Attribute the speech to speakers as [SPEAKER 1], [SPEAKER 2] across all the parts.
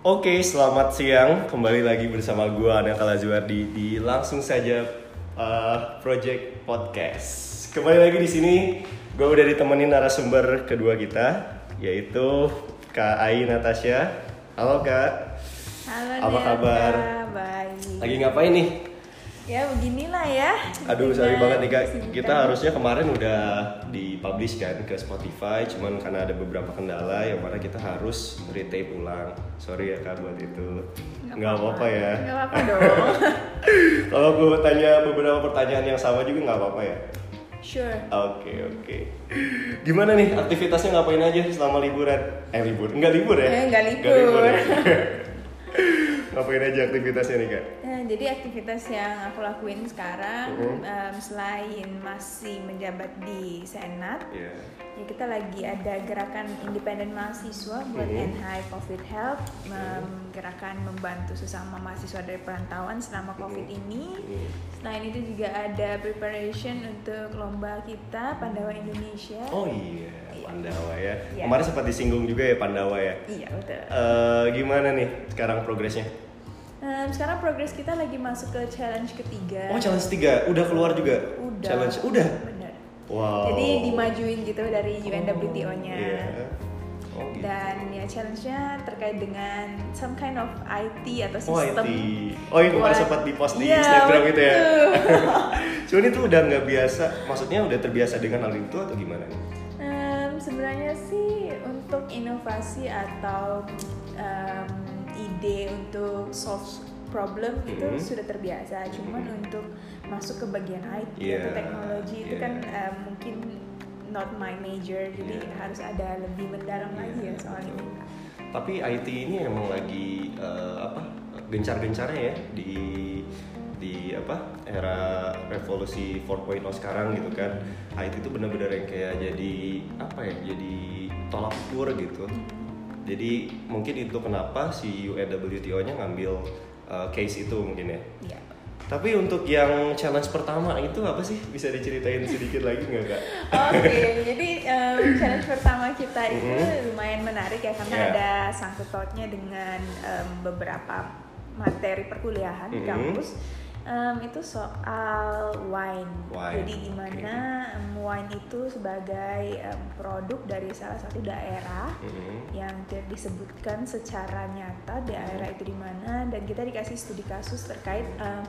[SPEAKER 1] Oke, selamat siang. Kembali lagi bersama gue Anel Kalazuardi di langsung saja Project Podcast. Kembali lagi di sini, gue udah ditemenin narasumber kedua kita, yaitu Kak Ai Natasha. Halo Kak.
[SPEAKER 2] Halo.
[SPEAKER 1] Apa kabar?
[SPEAKER 2] Baik.
[SPEAKER 1] Lagi ngapain nih?
[SPEAKER 2] Ya beginilah ya.
[SPEAKER 1] Aduh, sorry banget nih Kak.
[SPEAKER 2] Kesibukan.
[SPEAKER 1] Kita harusnya kemarin udah dipublish kan ke Spotify, cuman karena ada beberapa kendala yang mana kita harus retape ulang. Sorry ya Kak buat itu. Nggak apa-apa ya.
[SPEAKER 2] Nggak apa-apa dong.
[SPEAKER 1] Kalau gue tanya beberapa pertanyaan yang sama juga nggak apa-apa ya?
[SPEAKER 2] Sure.
[SPEAKER 1] Oke. Gimana nih aktivitasnya, ngapain aja selama liburan? Libur? Nggak libur ya?
[SPEAKER 2] Nggak libur.
[SPEAKER 1] Ya? Ngapain aja aktivitasnya nih Kak?
[SPEAKER 2] Jadi aktivitas yang aku lakuin sekarang selain masih menjabat di Senat, ya kita lagi ada gerakan independen mahasiswa buat NHI COVID Help, gerakan membantu sesama mahasiswa dari perantauan selama COVID ini. Selain itu juga ada preparation untuk lomba kita Pandawa Indonesia.
[SPEAKER 1] Oh iya, Pandawa ya. Kemarin sempat disinggung juga ya Pandawa ya.
[SPEAKER 2] Iya betul.
[SPEAKER 1] Gimana nih sekarang progresnya?
[SPEAKER 2] Sekarang progres kita lagi masuk ke challenge ketiga.
[SPEAKER 1] Oh, challenge 3 udah keluar juga?
[SPEAKER 2] Udah.
[SPEAKER 1] Challenge udah?
[SPEAKER 2] Bener.
[SPEAKER 1] Wow.
[SPEAKER 2] Jadi dimajuin gitu dari UNWTO-nya.
[SPEAKER 1] Iya. Oh, gitu.
[SPEAKER 2] Dan ya challenge-nya terkait dengan some kind of IT atau sistem.
[SPEAKER 1] Oh yang kemarin sempat di-post di Instagram gitu ya. Cuman itu udah nggak biasa, maksudnya udah terbiasa dengan hal itu atau gimana nih?
[SPEAKER 2] Sebenarnya sih untuk inovasi atau ide untuk solve problem itu sudah terbiasa. Cuman untuk masuk ke bagian IT atau teknologi itu kan mungkin not my major, jadi harus ada lebih mendalam lagi ya soal ini.
[SPEAKER 1] Tapi IT ini emang lagi gencar-gencarnya ya di era revolusi 4.0 sekarang gitu kan. IT itu benar-benar yang kayak jadi tolak ukur gitu. Jadi mungkin itu kenapa si UNWTO-nya ngambil case itu mungkin ya.
[SPEAKER 2] Iya.
[SPEAKER 1] Tapi untuk yang challenge pertama itu apa sih? Bisa diceritain sedikit lagi nggak Kak?
[SPEAKER 2] Oke, jadi challenge pertama kita itu lumayan menarik ya karena ada sangkut pautnya dengan beberapa materi perkuliahan di kampus. Itu soal wine. Jadi gimana wine itu sebagai produk dari salah satu daerah yang tidak disebutkan secara nyata daerah itu di mana, dan kita dikasih studi kasus terkait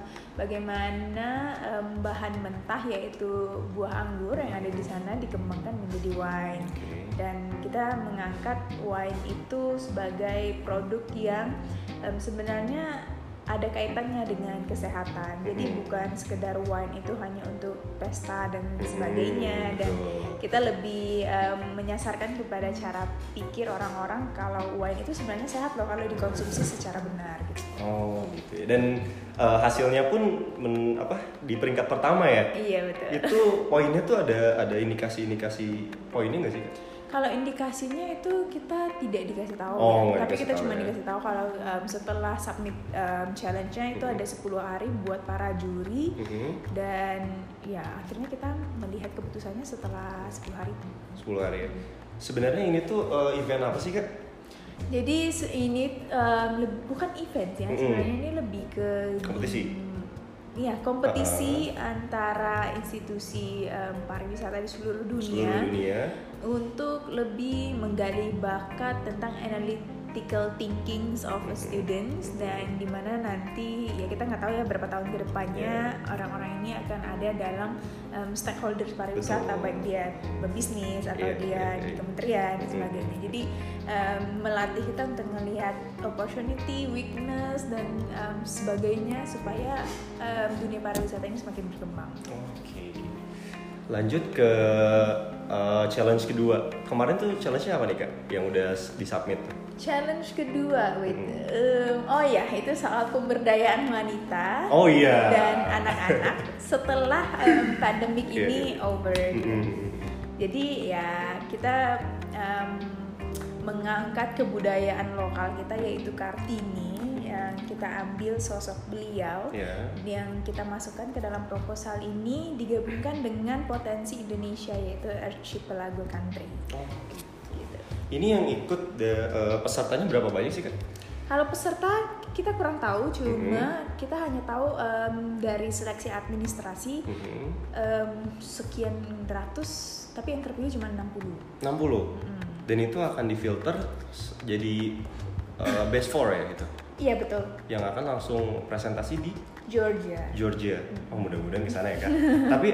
[SPEAKER 2] bagaimana bahan mentah yaitu buah anggur yang ada di sana dikembangkan menjadi wine. Dan kita mengangkat wine itu sebagai produk yang sebenarnya ada kaitannya dengan kesehatan. Jadi bukan sekedar wine itu hanya untuk pesta dan sebagainya, dan kita lebih menyasarkan kepada cara pikir orang-orang kalau wine itu sebenarnya sehat loh kalau dikonsumsi secara benar gitu.
[SPEAKER 1] Oh gitu ya. Dan hasilnya pun di peringkat pertama ya?
[SPEAKER 2] Iya betul.
[SPEAKER 1] Itu poinnya tuh ada indikasi poinnya nggak sih?
[SPEAKER 2] Kalau indikasinya itu kita tidak dikasih tahu, tapi kita cuma dikasih tahu kalau setelah submit challenge-nya itu ada 10 hari buat para juri, dan ya akhirnya kita melihat keputusannya setelah 10 hari.
[SPEAKER 1] 10 hari ya. Sebenarnya ini tuh event apa sih Kak?
[SPEAKER 2] Jadi ini bukan event ya, sebenarnya ini lebih ke
[SPEAKER 1] kompetisi.
[SPEAKER 2] Iya, kompetisi antara institusi pariwisata di seluruh dunia untuk lebih menggali bakat tentang analytical thinking of students, dan dimana nanti ya kita nggak tahu ya berapa tahun ke depannya orang-orang ini akan ada dalam stakeholders pariwisata, baik dia berbisnis atau dia di kementerian dan sebagainya. Jadi melatih kita untuk melihat opportunity, weakness dan sebagainya supaya dunia pariwisata ini semakin berkembang.
[SPEAKER 1] Oke. Lanjut ke challenge kedua. Kemarin tuh challenge-nya apa nih Kak yang udah disubmit?
[SPEAKER 2] Challenge kedua, itu soal pemberdayaan wanita dan anak-anak setelah pandemik ini over. Jadi ya kita mengangkat kebudayaan lokal kita yaitu Kartini, yang kita ambil sosok beliau yang kita masukkan ke dalam proposal ini digabungkan dengan potensi Indonesia yaitu archipelago country.
[SPEAKER 1] Ini yang ikut pesertanya berapa banyak sih Kak?
[SPEAKER 2] Kalau peserta kita kurang tahu, cuma kita hanya tahu dari seleksi administrasi sekian ratus, tapi yang terpilih cuma 60.
[SPEAKER 1] 60. Dan itu akan difilter jadi best 4 ya gitu.
[SPEAKER 2] Iya betul.
[SPEAKER 1] Yang akan langsung presentasi di
[SPEAKER 2] Georgia.
[SPEAKER 1] Oh mudah-mudahan kesana ya kan. Tapi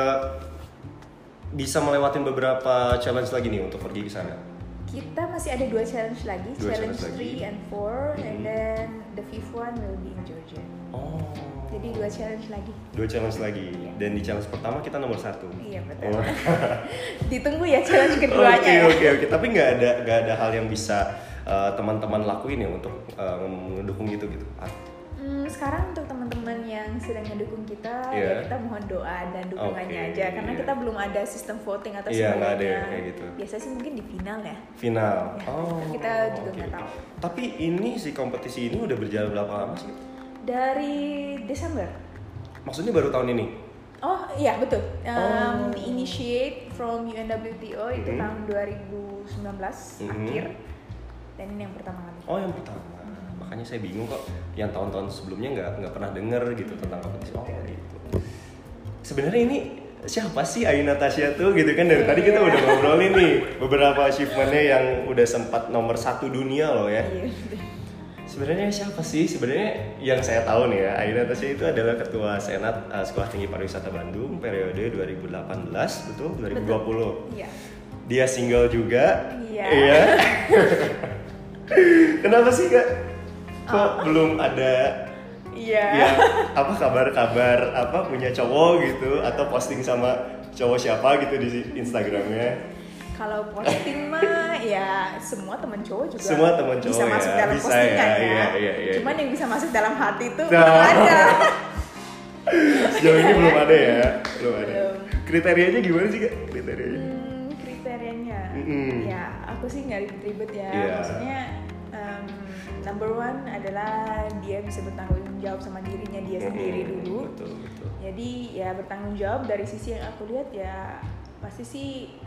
[SPEAKER 1] bisa melewatin beberapa challenge lagi nih untuk pergi ke sana.
[SPEAKER 2] Kita masih ada 2 challenge lagi, challenge 3 and 4, and then the 5th one will be in Georgia.
[SPEAKER 1] Oh.
[SPEAKER 2] Jadi 2 challenge lagi.
[SPEAKER 1] 2 challenge lagi.
[SPEAKER 2] Iya.
[SPEAKER 1] Dan di challenge pertama kita nomor 1.
[SPEAKER 2] Iya betul. Ditunggu ya challenge keduanya.
[SPEAKER 1] Oke. Tapi nggak ada hal yang bisa teman-teman lakuin ya untuk mendukung itu gitu.
[SPEAKER 2] Sekarang untuk teman-teman yang sedang mendukung kita, ya kita mohon doa dan dukungannya aja, karena kita belum ada sistem voting atau sebagainya.
[SPEAKER 1] Nggak ada kayak gitu.
[SPEAKER 2] Biasanya sih mungkin di final ya.
[SPEAKER 1] Final.
[SPEAKER 2] Ya, kita juga nggak tahu.
[SPEAKER 1] Tapi ini si kompetisi ini udah berjalan berapa lama sih?
[SPEAKER 2] Dari Desember.
[SPEAKER 1] Maksudnya baru tahun ini?
[SPEAKER 2] Oh iya betul. Di-initiate from UNWTO itu tahun 2019 akhir. Dan ini yang pertama kali.
[SPEAKER 1] Oh yang pertama. Makanya saya bingung kok, yang tahun-tahun sebelumnya nggak pernah denger gitu tentang kompetisi. Oh gitu. Sebenarnya ini siapa sih Ayu Natasha tuh gitu kan, dari tadi kita udah ngobrolin nih beberapa achievementnya yang udah sempat nomor 1 dunia loh ya. Sebenarnya siapa sih? Sebenarnya yang saya tahu nih ya, Ayu Natasha itu adalah ketua Senat Sekolah Tinggi Pariwisata Bandung periode 2018 betul 2020.
[SPEAKER 2] Betul. Iya.
[SPEAKER 1] Dia single juga.
[SPEAKER 2] Iya.
[SPEAKER 1] Kenapa sih Kak? Kok belum ada ya apa kabar-kabar apa punya cowok gitu atau posting sama cowok siapa gitu di Instagramnya?
[SPEAKER 2] Kalau posting mah ya semua teman cowok juga bisa masuk dalam
[SPEAKER 1] bisa
[SPEAKER 2] postingan ya.
[SPEAKER 1] Iya.
[SPEAKER 2] Cuman yang bisa masuk dalam hati itu belum ada.
[SPEAKER 1] Sejauh ini belum ada ya, belum ada. Kriterianya gimana sih Kak?
[SPEAKER 2] Kriterianya, ya aku sih nggak ribet-ribet ya. Maksudnya number 1 adalah dia bisa bertanggung jawab sama dirinya dia sendiri dulu.
[SPEAKER 1] Betul.
[SPEAKER 2] Jadi ya bertanggung jawab dari sisi yang aku lihat ya pasti sih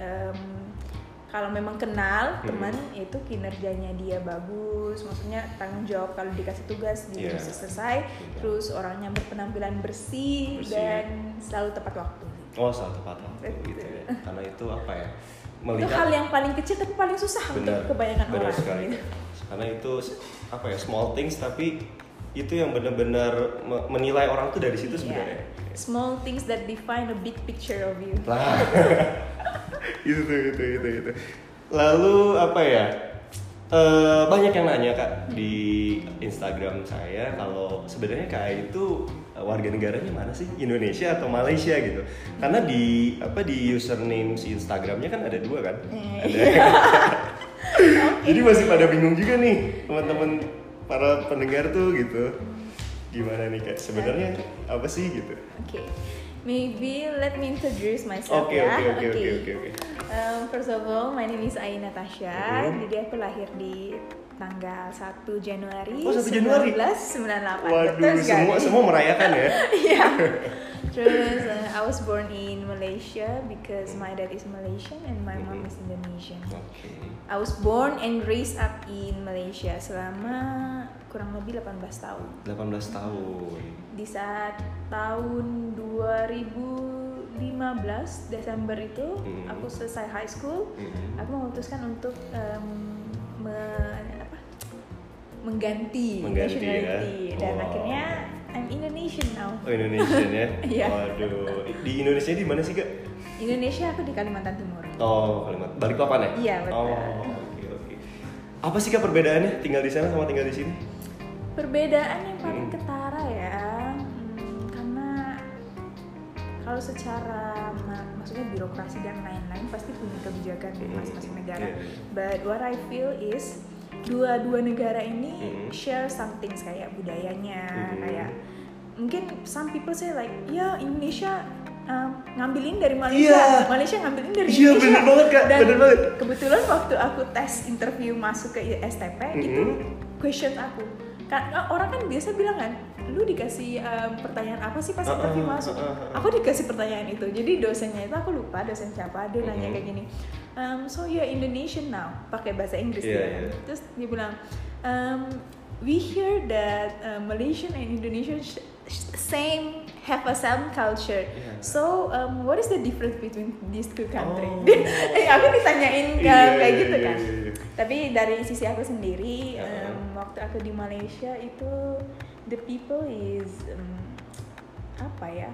[SPEAKER 2] kalau memang kenal teman itu kinerjanya dia bagus, maksudnya tanggung jawab kalau dikasih tugas dia bisa selesai, terus orangnya berpenampilan bersih dan selalu tepat waktu.
[SPEAKER 1] Oh selalu tepat waktu gitu ya. Karena itu apa ya?
[SPEAKER 2] Itu hal yang paling kecil tapi paling susah untuk kebanyakan orang.
[SPEAKER 1] Benar sekali. Gitu. Karena itu apa ya, small things tapi itu yang benar-benar menilai orang tuh dari situ sebenarnya.
[SPEAKER 2] Small things that define a big picture of you.
[SPEAKER 1] Lah. itu. Lalu apa ya? Banyak yang nanya Kak di Instagram saya kalau sebenarnya Kak itu warga negaranya mana sih? Indonesia atau Malaysia gitu. Karena di username si Instagramnya kan ada 2 kan? Ada. Jadi masih pada bingung juga nih teman-teman para pendengar tuh gitu. Gimana nih Kak? Sebenarnya apa sih gitu?
[SPEAKER 2] Oke. Maybe let me introduce myself
[SPEAKER 1] Okay.
[SPEAKER 2] First of all, my name is Ayu Natasha. Jadi aku lahir di tanggal 1 Januari 1998.
[SPEAKER 1] Waduh, semua merayakan ya?
[SPEAKER 2] Iya. Terus I was born in Malaysia because my dad is Malaysian and my mom is Indonesian. I was born and raised up in Malaysia selama kurang lebih 18 tahun.
[SPEAKER 1] 18 tahun.
[SPEAKER 2] Di saat tahun 2015 Desember itu aku selesai high school, aku memutuskan untuk mengganti nationality dan akhirnya I'm Indonesian now.
[SPEAKER 1] Oh Indonesian ya?
[SPEAKER 2] Iya.
[SPEAKER 1] Waduh, di Indonesia di mana sih Kak?
[SPEAKER 2] Indonesia aku di Kalimantan Timur.
[SPEAKER 1] Oh Kalimantan, Balikpapan ya?
[SPEAKER 2] Iya betul.
[SPEAKER 1] Oh oke. Apa sih Kak perbedaannya tinggal di sana sama tinggal di sini?
[SPEAKER 2] Perbedaan yang paling ketara ya, karena kalau secara maksudnya birokrasi dan lain-lain pasti punya kebijakan di masing-masing negara. But what I feel is dua negara ini share something kayak budayanya, kayak mungkin some people say like Indonesia ngambilin dari Malaysia, Malaysia ngambilin dari Indonesia.
[SPEAKER 1] Iya benar banget Kak, benar banget.
[SPEAKER 2] Kebetulan waktu aku tes interview masuk ke STP itu question aku, kan orang kan biasa bilang kan, lu dikasih pertanyaan apa sih pas interview masuk? Aku dikasih pertanyaan itu, jadi dosennya itu aku lupa dosen siapa, dia nanya kayak gini. So you're Indonesian now, pakai bahasa Inggris dia. Terus dia bilang, we hear that Malaysian and Indonesian have a same culture.
[SPEAKER 1] Yeah.
[SPEAKER 2] So what is the difference between these two countries? Aku ditanyain kayak gitu kan. Tapi dari sisi aku sendiri, waktu aku di Malaysia itu the people is apa ya?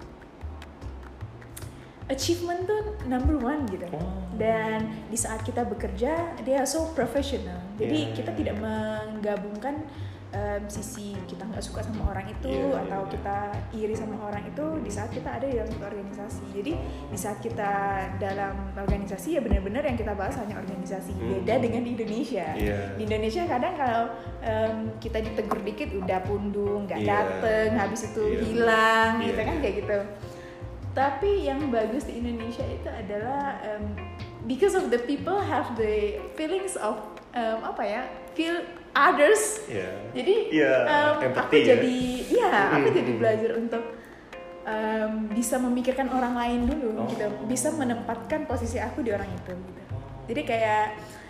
[SPEAKER 2] Achievement tuh number one gitu. Dan di saat kita bekerja, they are so professional. Jadi kita tidak menggabungkan sisi kita nggak suka sama orang itu atau kita iri sama orang itu di saat kita ada di dalam satu organisasi. Jadi di saat kita dalam organisasi ya benar-benar yang kita bahas hanya organisasi. Beda dengan di Indonesia. Di Indonesia kadang kalau kita ditegur dikit udah pundung, nggak dateng, habis itu hilang, gitu kan kayak gitu. Tapi yang bagus di Indonesia itu adalah because of the people have the feelings of feel others. Jadi aku jadi aku jadi belajar untuk bisa memikirkan orang lain dulu gitu, bisa menempatkan posisi aku di orang itu gitu. Jadi kayak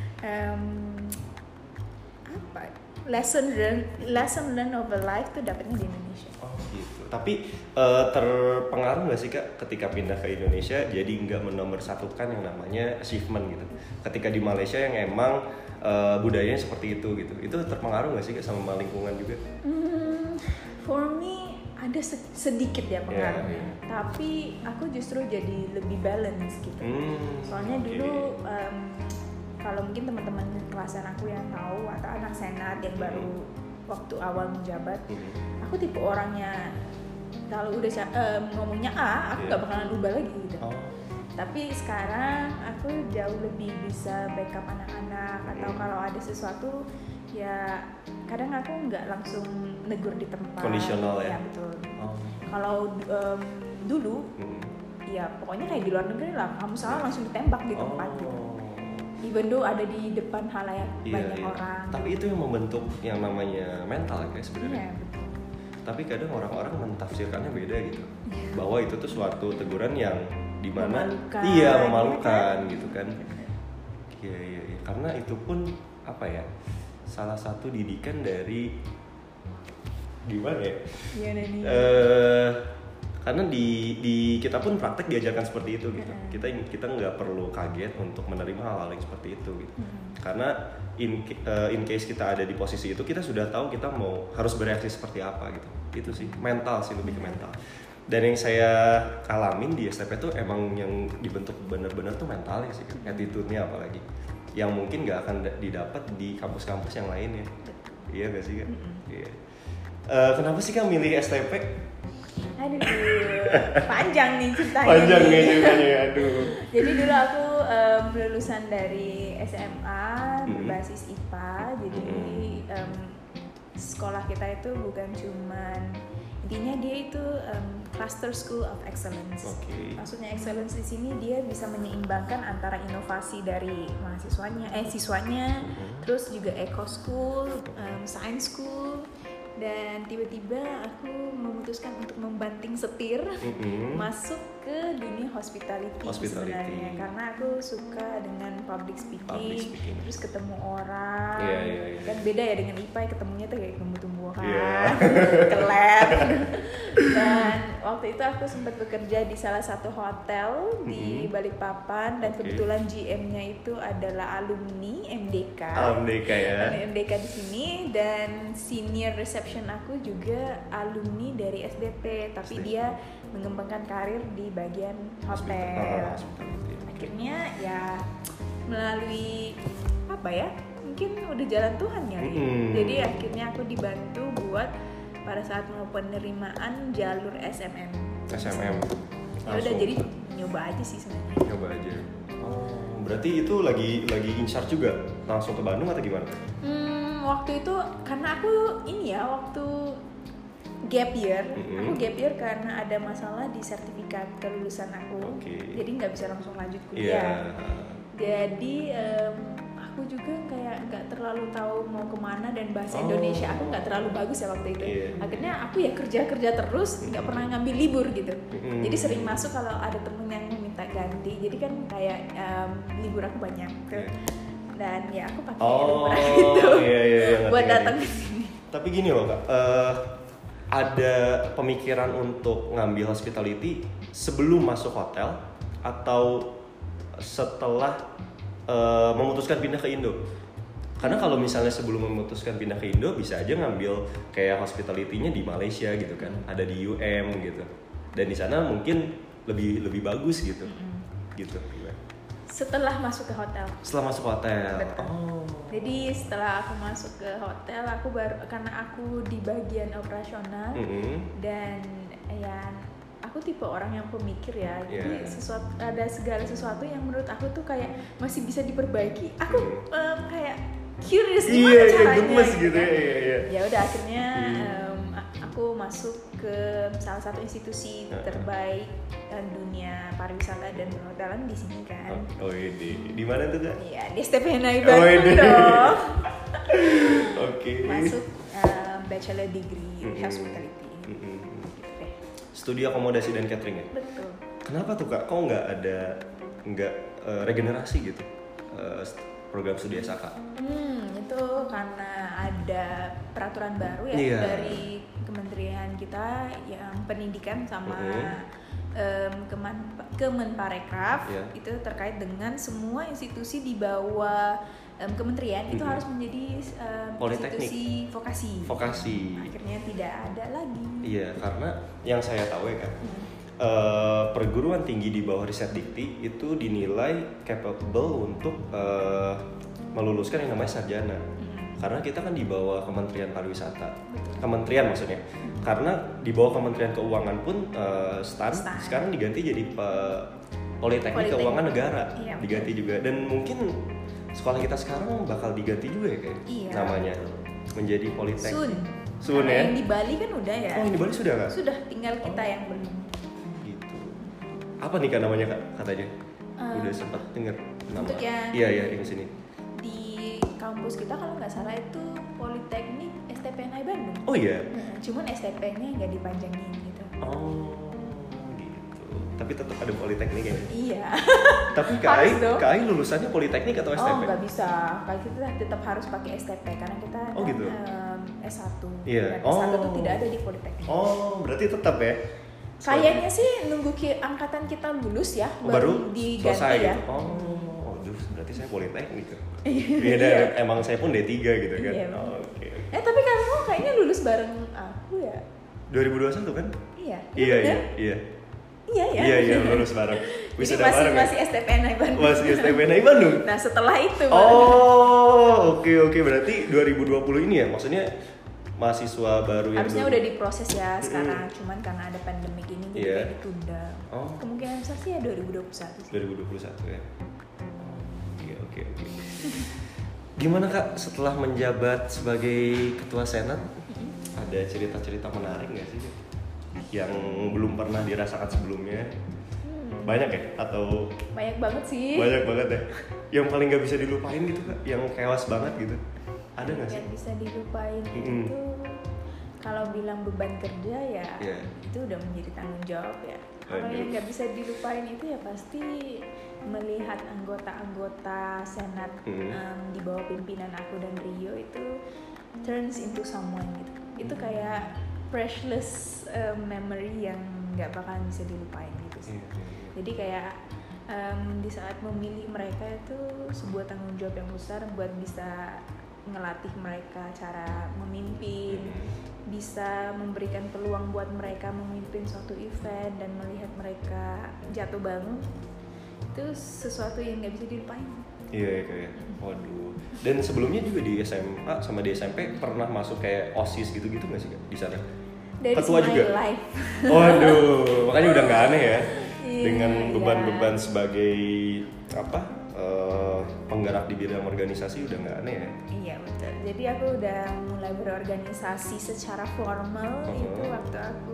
[SPEAKER 2] lesson learn of a life tuh dapetnya di Indonesia.
[SPEAKER 1] Gitu. Tapi terpengaruh nggak sih Kak ketika pindah ke Indonesia jadi nggak menomorsatukan yang namanya achievement gitu? Ketika di Malaysia yang emang budayanya seperti itu gitu, itu terpengaruh nggak sih Kak sama lingkungan juga?
[SPEAKER 2] For me ada sedikit ya pengaruhnya, tapi aku justru jadi lebih balance gitu. Soalnya dulu kalau mungkin teman-teman kelasan aku yang tahu atau anak senat yang baru waktu awal menjabat, aku tipe orangnya kalau udah ngomongnya A, aku nggak bakalan ubah lagi gitu. Tapi sekarang aku jauh lebih bisa backup anak-anak atau kalau ada sesuatu ya kadang aku nggak langsung negur di tempat.
[SPEAKER 1] Kondisional ya?
[SPEAKER 2] Ya betul. Kalau dulu ya pokoknya kayak di luar negeri lah, kamu salah langsung ditembak di tempat gitu. Even though ada di depan halayak banyak orang.
[SPEAKER 1] Tapi itu yang membentuk yang namanya mental ya sebenarnya.
[SPEAKER 2] Betul.
[SPEAKER 1] Tapi kadang orang-orang mentafsirkannya beda gitu. Bahwa itu tuh suatu teguran yang dimana memalukan gitu kan. Iya. Karena itu pun apa ya? Salah satu didikan dari gimana ya? Karena di kita pun praktek diajarkan seperti itu gitu. Kita nggak perlu kaget untuk menerima hal-hal yang seperti itu gitu. Karena in case kita ada di posisi itu, kita sudah tahu kita harus bereaksi seperti apa gitu. Itu sih mental sih, lebih ke mental. Dan yang saya alamin di STP tuh emang yang dibentuk benar-benar tuh mentalnya sih, attitude-nya apalagi. Yang mungkin nggak akan didapat di kampus-kampus yang lainnya. Iya nggak sih Kak? Iya. Kenapa sih Kak milih STP?
[SPEAKER 2] Aduh, panjang nih ceritanya.
[SPEAKER 1] Panjang nih ceritanya, aduh.
[SPEAKER 2] Jadi dulu aku lulusan dari SMA berbasis IPA. Jadi sekolah kita itu bukan cuman, intinya dia itu Cluster School of Excellence. Maksudnya excellence di sini dia bisa menyeimbangkan antara inovasi dari siswanya, terus juga eco school, science school. Dan tiba-tiba aku memutuskan untuk membanting setir masuk ke dunia hospitality. Sebenarnya karena aku suka dengan public speaking. Terus ketemu orang kan beda ya dengan IPA, ketemunya tuh kayak tumbuh-tumbuhan, ke lab. Dan waktu itu aku sempat bekerja di salah satu hotel di Balikpapan dan kebetulan GM-nya itu adalah alumni MDK. MDK di sini dan senior reception aku juga alumni dari SDP, tapi dia mengembangkan karir di bagian hotel. Akhirnya ya melalui mungkin udah jalan Tuhan ya. Jadi akhirnya aku dibantu buat pada saat mau penerimaan jalur SMM. Ya udah jadi nyoba aja sih sebenarnya.
[SPEAKER 1] Nyoba aja. Berarti itu lagi in charge juga langsung ke Bandung atau gimana?
[SPEAKER 2] Waktu itu karena aku waktu gap year, aku gap year karena ada masalah di sertifikat kelulusan aku, jadi nggak bisa langsung lanjut kuliah. Jadi aku juga kayak nggak terlalu tahu mau kemana dan bahasa Indonesia aku nggak terlalu bagus ya waktu itu. Akhirnya aku ya kerja terus, nggak pernah ngambil libur gitu. Jadi sering masuk kalau ada temen yang minta ganti. Jadi kan kayak libur aku banyak. Dan ya aku pakai liburan itu buat datang ke sini.
[SPEAKER 1] Tapi gini loh Kak, ada pemikiran untuk ngambil hospitality sebelum masuk hotel atau setelah memutuskan pindah ke Indo? Karena kalau misalnya sebelum memutuskan pindah ke Indo bisa aja ngambil kayak hospitality-nya di Malaysia gitu kan, ada di UM gitu, dan di sana mungkin lebih bagus gitu, gitu.
[SPEAKER 2] Setelah masuk ke hotel.
[SPEAKER 1] Setelah masuk hotel.
[SPEAKER 2] Betul.
[SPEAKER 1] Oh.
[SPEAKER 2] Jadi setelah aku masuk ke hotel, aku baru, karena aku di bagian operasional dan ya aku tipe orang yang pemikir ya. Jadi ada segala sesuatu yang menurut aku tuh kayak masih bisa diperbaiki. Aku kayak curious gimana caranya.
[SPEAKER 1] Gemes gitu
[SPEAKER 2] kan?
[SPEAKER 1] ya.
[SPEAKER 2] Ya udah akhirnya aku masuk ke salah satu institusi terbaik dunia pariwisata dan perhotelan di sini kan.
[SPEAKER 1] Oh di mana tuh Kak?
[SPEAKER 2] Iya di STPNI Bandung dong.
[SPEAKER 1] Oke.
[SPEAKER 2] Masuk bachelor degree hospitality.
[SPEAKER 1] Studi akomodasi dan catering ya?
[SPEAKER 2] Betul.
[SPEAKER 1] Kenapa tuh Kak? Kok nggak regenerasi gitu program studi SAK?
[SPEAKER 2] Itu karena ada peraturan baru ya dari kementerian kita yang pendidikan sama Kemenparekraf itu terkait dengan semua institusi di bawah kementerian itu harus menjadi institusi vokasi. Akhirnya tidak ada lagi.
[SPEAKER 1] Iya, karena yang saya tahu ya Kak, perguruan tinggi di bawah Riset Dikti itu dinilai capable untuk meluluskan yang namanya sarjana. Karena kita kan di bawah Kementerian Pariwisata. Kementerian maksudnya. Karena di bawah Kementerian Keuangan pun STAN sekarang diganti jadi Politeknik Keuangan Negara. Iya, diganti juga. Dan mungkin sekolah kita sekarang bakal diganti juga ya kayak namanya. Menjadi Politeknik. Soon ya.
[SPEAKER 2] Yang di Bali kan udah ya.
[SPEAKER 1] Oh, yang di Bali sudah Kak?
[SPEAKER 2] Sudah, tinggal kita yang belum.
[SPEAKER 1] Gitu. Apa nih Kak namanya Kak katanya? Udah sempat dengar nama.
[SPEAKER 2] Untuk yang
[SPEAKER 1] Iya, yang sini.
[SPEAKER 2] Kampus kita kalau nggak salah itu Politeknik STPNI Bandung.
[SPEAKER 1] Oh iya.
[SPEAKER 2] Cuman STP-nya nggak dipanjangin gitu.
[SPEAKER 1] Oh gitu. Tapi tetap ada Politeknik ya.
[SPEAKER 2] Iya.
[SPEAKER 1] Tapi KAI lulusannya Politeknik atau STP?
[SPEAKER 2] Oh nggak bisa. Kalau kita tetap harus pakai STP karena kita
[SPEAKER 1] gitu.
[SPEAKER 2] S1.
[SPEAKER 1] Iya.
[SPEAKER 2] Dan S1 tuh tidak ada di Politeknik.
[SPEAKER 1] Oh berarti tetap ya.
[SPEAKER 2] Kayaknya sih nunggu angkatan kita lulus ya baru diganti
[SPEAKER 1] selesai
[SPEAKER 2] ya.
[SPEAKER 1] Gitu. Oh, berarti saya Politeknik gitu. Iya, emang saya pun D3 gitu kan.
[SPEAKER 2] Iya,
[SPEAKER 1] Oke.
[SPEAKER 2] Tapi kamu kayaknya lulus bareng aku ya?
[SPEAKER 1] 2021 kan?
[SPEAKER 2] Iya.
[SPEAKER 1] Iya, lulus bareng.
[SPEAKER 2] Jadi masih STPNI Bandung.
[SPEAKER 1] Masih STPNI Bandung.
[SPEAKER 2] Nah, setelah itu
[SPEAKER 1] Oke, berarti 2020 ini ya? Maksudnya mahasiswa baru yang
[SPEAKER 2] harusnya udah diproses ya sekarang, cuman karena ada pandemik ini jadi ditunda. Kemungkinan besar sih ya 2021 sih.
[SPEAKER 1] 2021 ya. Oke. Gimana Kak setelah menjabat sebagai ketua senat? Ada cerita-cerita menarik nggak sih yang belum pernah dirasakan sebelumnya? Banyak ya? Atau
[SPEAKER 2] banyak banget sih.
[SPEAKER 1] Banyak banget ya. Yang paling nggak bisa dilupain gitu Kak? Yang chaos banget gitu? Ada nggak sih?
[SPEAKER 2] Yang bisa dilupain itu kalau bilang beban kerja ya itu udah menjadi tanggung jawab ya. Kalau yang nggak bisa dilupain itu ya pasti melihat anggota-anggota senat di bawah pimpinan aku dan Rio itu turns into someone gitu. Itu kayak priceless memory yang nggak bakalan bisa dilupain gitu sih. Jadi kayak di saat memilih mereka itu sebuah tanggung jawab yang besar buat bisa ngelatih mereka cara memimpin, bisa memberikan peluang buat mereka memimpin suatu event dan melihat mereka jatuh bangun. Itu sesuatu yang nggak bisa dilupain.
[SPEAKER 1] Iya kayak, waduh. Dan sebelumnya juga di SMA sama di SMP pernah masuk kayak OSIS gitu-gitu nggak sih Kak di sana?
[SPEAKER 2] Dari
[SPEAKER 1] ketua juga.
[SPEAKER 2] Life.
[SPEAKER 1] Waduh, makanya udah nggak aneh ya dengan beban-beban sebagai penggerak di bidang organisasi udah nggak aneh ya?
[SPEAKER 2] Iya betul. Jadi aku udah mulai berorganisasi secara formal itu waktu aku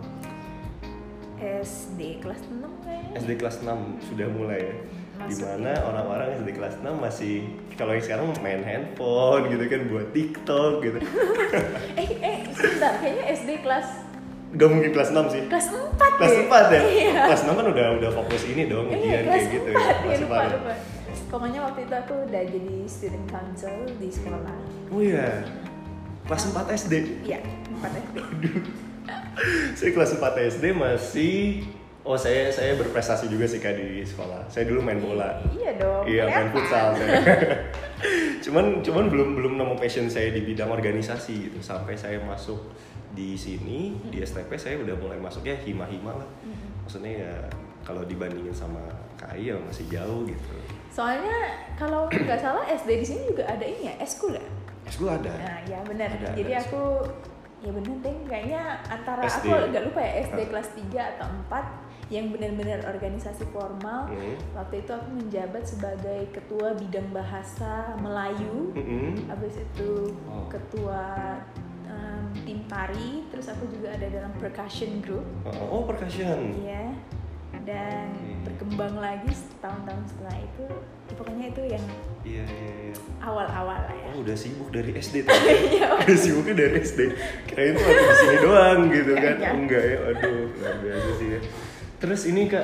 [SPEAKER 2] SD kelas 6 kayaknya.
[SPEAKER 1] SD kelas 6 sudah mulai ya? Dimana orang-orang SD kelas 6 masih kalau yang sekarang main handphone gitu kan buat TikTok gitu.
[SPEAKER 2] Sebentar, kayaknya SD kelas
[SPEAKER 1] Gak mungkin kelas 6 sih.
[SPEAKER 2] Kelas 4
[SPEAKER 1] Kelas 4 ya?
[SPEAKER 2] Iya.
[SPEAKER 1] Kelas 6 kan udah fokus ini dong, ujian kayak gitu ya.
[SPEAKER 2] Lupa. Pokoknya waktu itu aku udah jadi student council di sekolah.
[SPEAKER 1] Oh iya. Kelas 4 SD?
[SPEAKER 2] Iya, 4 SD.
[SPEAKER 1] Saya kelas 4 SD masih saya berprestasi juga sih Kak di sekolah. Saya dulu main bola.
[SPEAKER 2] Iya dong.
[SPEAKER 1] Iya, main futsal saya. cuman belum nemu passion saya di bidang organisasi gitu. Sampai saya masuk di sini di STP saya udah mulai masuknya hima-hima lah. Maksudnya ya kalau dibandingin sama KAI ya masih jauh gitu.
[SPEAKER 2] Soalnya kalau nggak salah SD di sini juga ada ini ya, eskul ya?
[SPEAKER 1] Eskul ada.
[SPEAKER 2] Nah, ya benar. Jadi
[SPEAKER 1] ada
[SPEAKER 2] aku ya benar deh, kayaknya antara
[SPEAKER 1] SD.
[SPEAKER 2] aku agak lupa ya SD kelas 3 atau 4 yang benar-benar organisasi formal. Waktu itu aku menjabat sebagai ketua bidang bahasa Melayu. Habis itu ketua tim tari, terus aku juga ada dalam percussion group.
[SPEAKER 1] Oh, percussion.
[SPEAKER 2] Iya. Dan berkembang lagi tahun-tahun setelah itu. Pokoknya itu yang
[SPEAKER 1] Iya.
[SPEAKER 2] awal-awal lah ya.
[SPEAKER 1] Oh, udah sibuk dari SD tadi. Udah sibuknya dari SD. Kirain tuh waktu di sini doang gitu kan. Enggak ya, aduh, luar biasa sih ya. Terus ini Kak,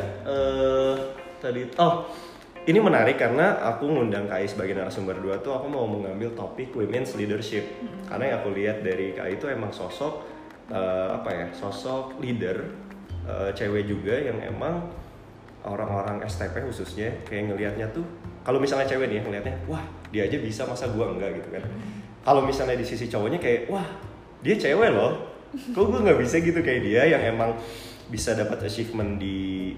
[SPEAKER 1] ini menarik karena aku ngundang KAI sebagai narasumber 2 tuh aku mau mengambil topik women's leadership. Karena yang aku lihat dari KAI itu emang sosok sosok leader, cewek juga yang emang orang-orang STP khususnya kayak ngelihatnya tuh, kalau misalnya cewek nih ngelihatnya, wah dia aja bisa masa gua enggak gitu kan. Kalau misalnya di sisi cowoknya kayak, wah dia cewek loh, kok gua nggak bisa gitu kayak dia yang emang bisa dapat achievement di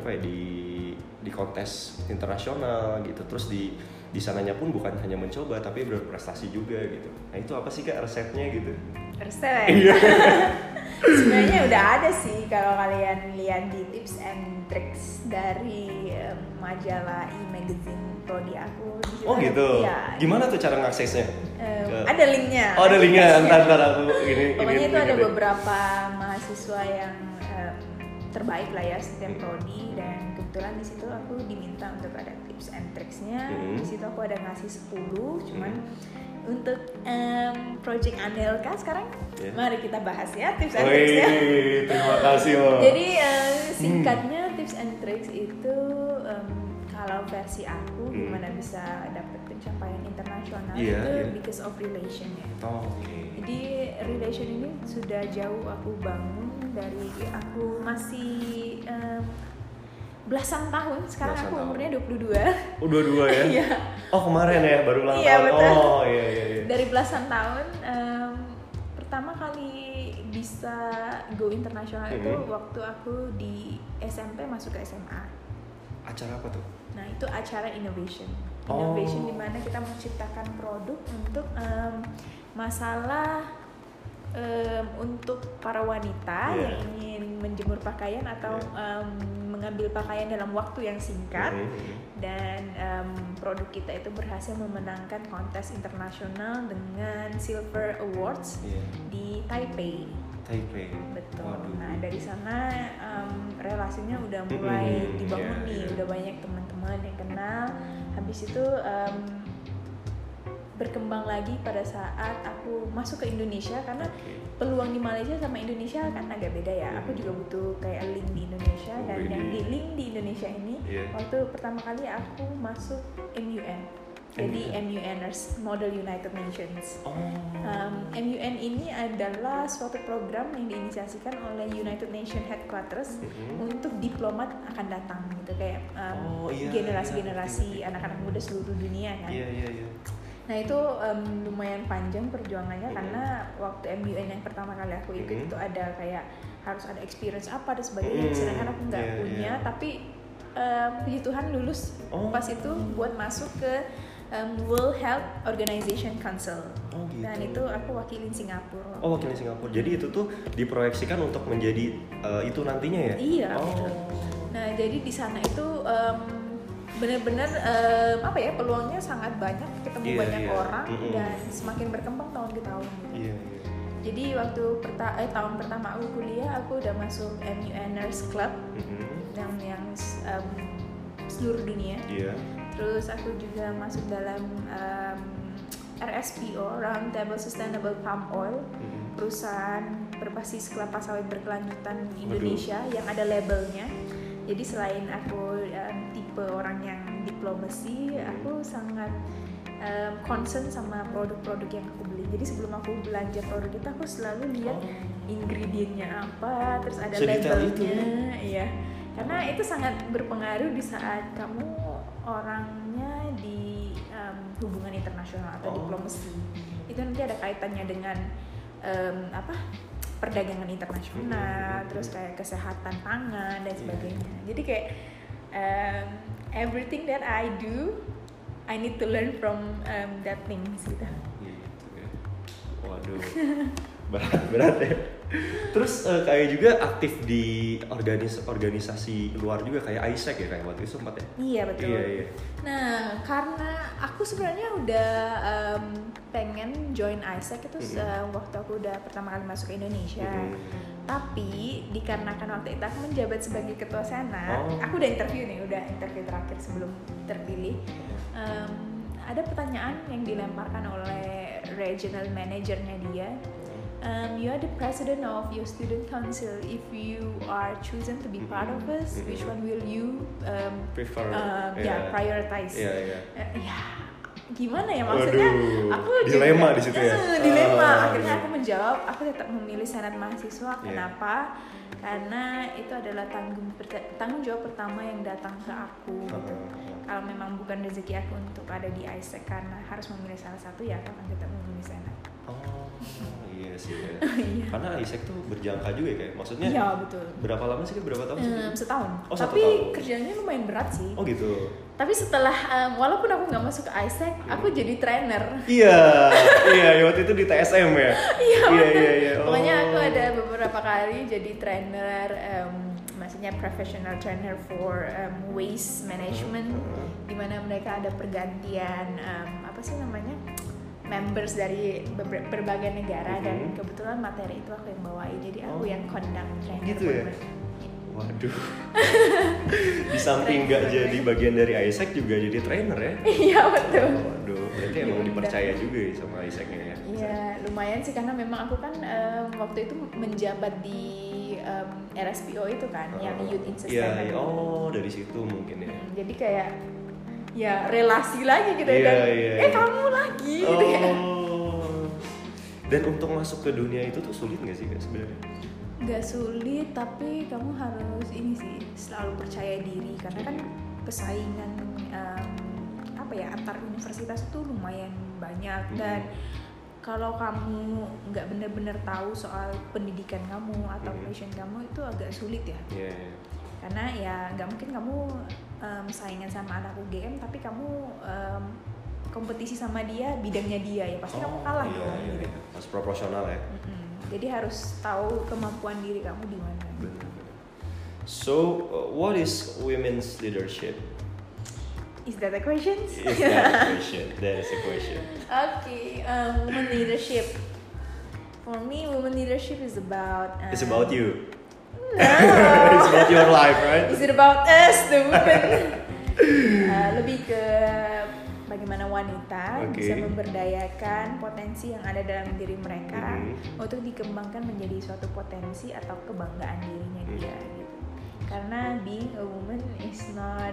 [SPEAKER 1] kontes internasional gitu. Terus di sananya pun bukan hanya mencoba tapi berprestasi juga gitu. Nah itu apa sih Kak resepnya gitu?
[SPEAKER 2] Resep. Sebenarnya udah ada sih kalau kalian lihat di tips and tricks dari majalah e-magazine prodi aku.
[SPEAKER 1] Oh gitu.
[SPEAKER 2] Ya,
[SPEAKER 1] gimana tuh cara ngaksesnya?
[SPEAKER 2] Ada linknya.
[SPEAKER 1] Oh ada linknya, ntar aku ini.
[SPEAKER 2] Pokoknya itu ada beberapa mahasiswa yang terbaik lah ya setiap prodi, dan kebetulan di situ aku diminta untuk ada tips and tricksnya. Di situ aku ada ngasih 10, cuman untuk project Anelka sekarang mari kita bahas ya tips and tricksnya.
[SPEAKER 1] Terima kasih loh.
[SPEAKER 2] Jadi singkatnya tips and tricks itu kalau versi aku gimana bisa dapat pencapaian internasional itu because of relation ya. Jadi relation ini sudah jauh aku bangun dari aku masih belasan tahun. Sekarang aku umurnya 22.
[SPEAKER 1] Oh 22 ya?
[SPEAKER 2] Iya.
[SPEAKER 1] Oh kemarin ya baru ulang tahun.
[SPEAKER 2] Iya betul.
[SPEAKER 1] Oh iya.
[SPEAKER 2] Dari belasan tahun pertama kali bisa go internasional itu waktu aku di SMP masuk ke SMA.
[SPEAKER 1] Acara apa tuh?
[SPEAKER 2] Nah itu acara innovation. Innovation di mana kita menciptakan produk untuk masalah untuk para wanita yang ingin menjemur pakaian atau mengambil pakaian dalam waktu yang singkat. Dan produk kita itu berhasil memenangkan kontes internasional dengan Silver Awards di Taipei. Betul. Waduh. Nah dari sana relasinya udah mulai dibangun nih, udah banyak teman-teman yang kenal. Habis itu berkembang lagi pada saat aku masuk ke Indonesia, karena peluang di Malaysia sama Indonesia kan agak beda ya. Aku juga butuh kayak link di Indonesia, dan yang di link di Indonesia ini waktu pertama kali aku masuk MUN. Jadi MUNers, Model United Nations. MUN ini adalah suatu program yang diinisiasikan oleh United Nations Headquarters untuk diplomat akan datang gitu, kayak generasi-generasi anak-anak muda seluruh dunia kan. Nah itu lumayan panjang perjuangannya, karena waktu MUN yang pertama kali aku ikut itu ada kayak harus ada experience apa dan sebagainya. Sedangkan aku nggak punya, tapi puji Tuhan lulus pas itu buat masuk ke World Health Organization Council. Gitu. Dan itu aku wakilin Singapura.
[SPEAKER 1] Oh wakilin Singapura. Jadi itu tuh diproyeksikan untuk menjadi itu nantinya ya?
[SPEAKER 2] Iya. Nah jadi di sana itu benar-benar peluangnya sangat banyak, ketemu banyak orang dan semakin berkembang tahun ke tahun gitu. Jadi waktu tahun pertama aku kuliah, aku udah masuk MUNers Club yang seluruh dunia. Terus aku juga masuk dalam RSPO, Round Table Sustainable Palm Oil, perusahaan berbasis kelapa sawit berkelanjutan Indonesia yang ada labelnya. Jadi selain aku tipe orang yang diplomasi, aku sangat concern sama produk-produk yang aku beli. Jadi sebelum aku belanja produk itu aku selalu lihat ingredientnya apa, terus ada labelnya, iya. Karena itu sangat berpengaruh di saat kamu orangnya di hubungan internasional atau diplomasi. Itu nanti ada kaitannya dengan perdagangan internasional, terus kayak kesehatan pangan dan sebagainya. Jadi kayak everything that I do, I need to learn from that things gitu.
[SPEAKER 1] Waduh, berat ya. Terus kayak juga aktif di organisasi luar juga kayak ISEC ya, kayak waktu itu sempat ya?
[SPEAKER 2] Iya betul.
[SPEAKER 1] Iya.
[SPEAKER 2] Nah karena aku sebenarnya udah pengen join ISEC itu waktu aku udah pertama kali masuk ke Indonesia. Tapi dikarenakan waktu itu aku menjabat sebagai ketua senat, aku udah interview terakhir sebelum terpilih. Ada pertanyaan yang dilemparkan oleh regional manajernya dia. You are the president of your student council. If you are chosen to be part of us, which one will you
[SPEAKER 1] prefer?
[SPEAKER 2] Prioritize. Gimana ya maksudnya? Aku
[SPEAKER 1] dilema di situ ya.
[SPEAKER 2] Dilema. Akhirnya aku menjawab, aku tetap memilih senat mahasiswa. Kenapa? Karena itu adalah tanggung jawab pertama yang datang ke aku. Gitu. Kalau memang bukan rezeki aku untuk ada di ISEC karena harus memilih salah satu, ya aku akan tetap memilih senat.
[SPEAKER 1] Iya sih ya. Karena ISEC tuh berjangka juga ya, kayak maksudnya.
[SPEAKER 2] Iya betul.
[SPEAKER 1] Berapa lama sih? Berapa tahun sih?
[SPEAKER 2] Setahun.
[SPEAKER 1] Tapi
[SPEAKER 2] kerjanya lumayan berat sih.
[SPEAKER 1] Oh gitu.
[SPEAKER 2] Tapi setelah walaupun aku nggak masuk ke ISEC, aku jadi trainer.
[SPEAKER 1] Iya, waktu itu di TSM ya.
[SPEAKER 2] Iya. Pokoknya aku ada beberapa kali jadi trainer, maksudnya professional trainer for waste management, di mana mereka ada pergantian members dari berbagai negara, dan kebetulan materi itu aku yang bawain, jadi aku yang conduct trainer.
[SPEAKER 1] Gitu ya. Waduh. Di samping nggak jadi bagian dari ISEC juga jadi trainer ya?
[SPEAKER 2] Iya betul.
[SPEAKER 1] Waduh, berarti emang dipercaya juga ya sama ISEC-nya ya?
[SPEAKER 2] Iya, lumayan sih karena memang aku kan waktu itu menjabat di RSPO itu kan, yang Youth in Sustainability.
[SPEAKER 1] Iya, dari situ mungkin ya.
[SPEAKER 2] Jadi kayak ya relasi lagi gitu kamu lagi gitu ya.
[SPEAKER 1] Dan untuk masuk ke dunia itu tuh sulit nggak sih sebenarnya?
[SPEAKER 2] Nggak sulit, tapi kamu harus selalu percaya diri karena kan persaingan antar universitas itu lumayan banyak, dan kalau kamu nggak benar-benar tahu soal pendidikan kamu atau passion kamu itu agak sulit ya. Karena ya nggak mungkin kamu saingan sama anak UGM tapi kamu kompetisi sama dia bidangnya dia, ya pasti kamu kalah dong.
[SPEAKER 1] Gitu. Harus proporsional ya.
[SPEAKER 2] Jadi harus tahu kemampuan diri kamu di mana.
[SPEAKER 1] So, what is women's leadership?
[SPEAKER 2] Is that a question?
[SPEAKER 1] That is a question.
[SPEAKER 2] Okay, women leadership. For me, women leadership is about.
[SPEAKER 1] It's about you.
[SPEAKER 2] No.
[SPEAKER 1] It's about your life, right?
[SPEAKER 2] Is it about us, the women? Lebih ke bagaimana wanita bisa memberdayakan potensi yang ada dalam diri mereka untuk dikembangkan menjadi suatu potensi atau kebanggaan dirinya dia gitu. Karena being a woman is not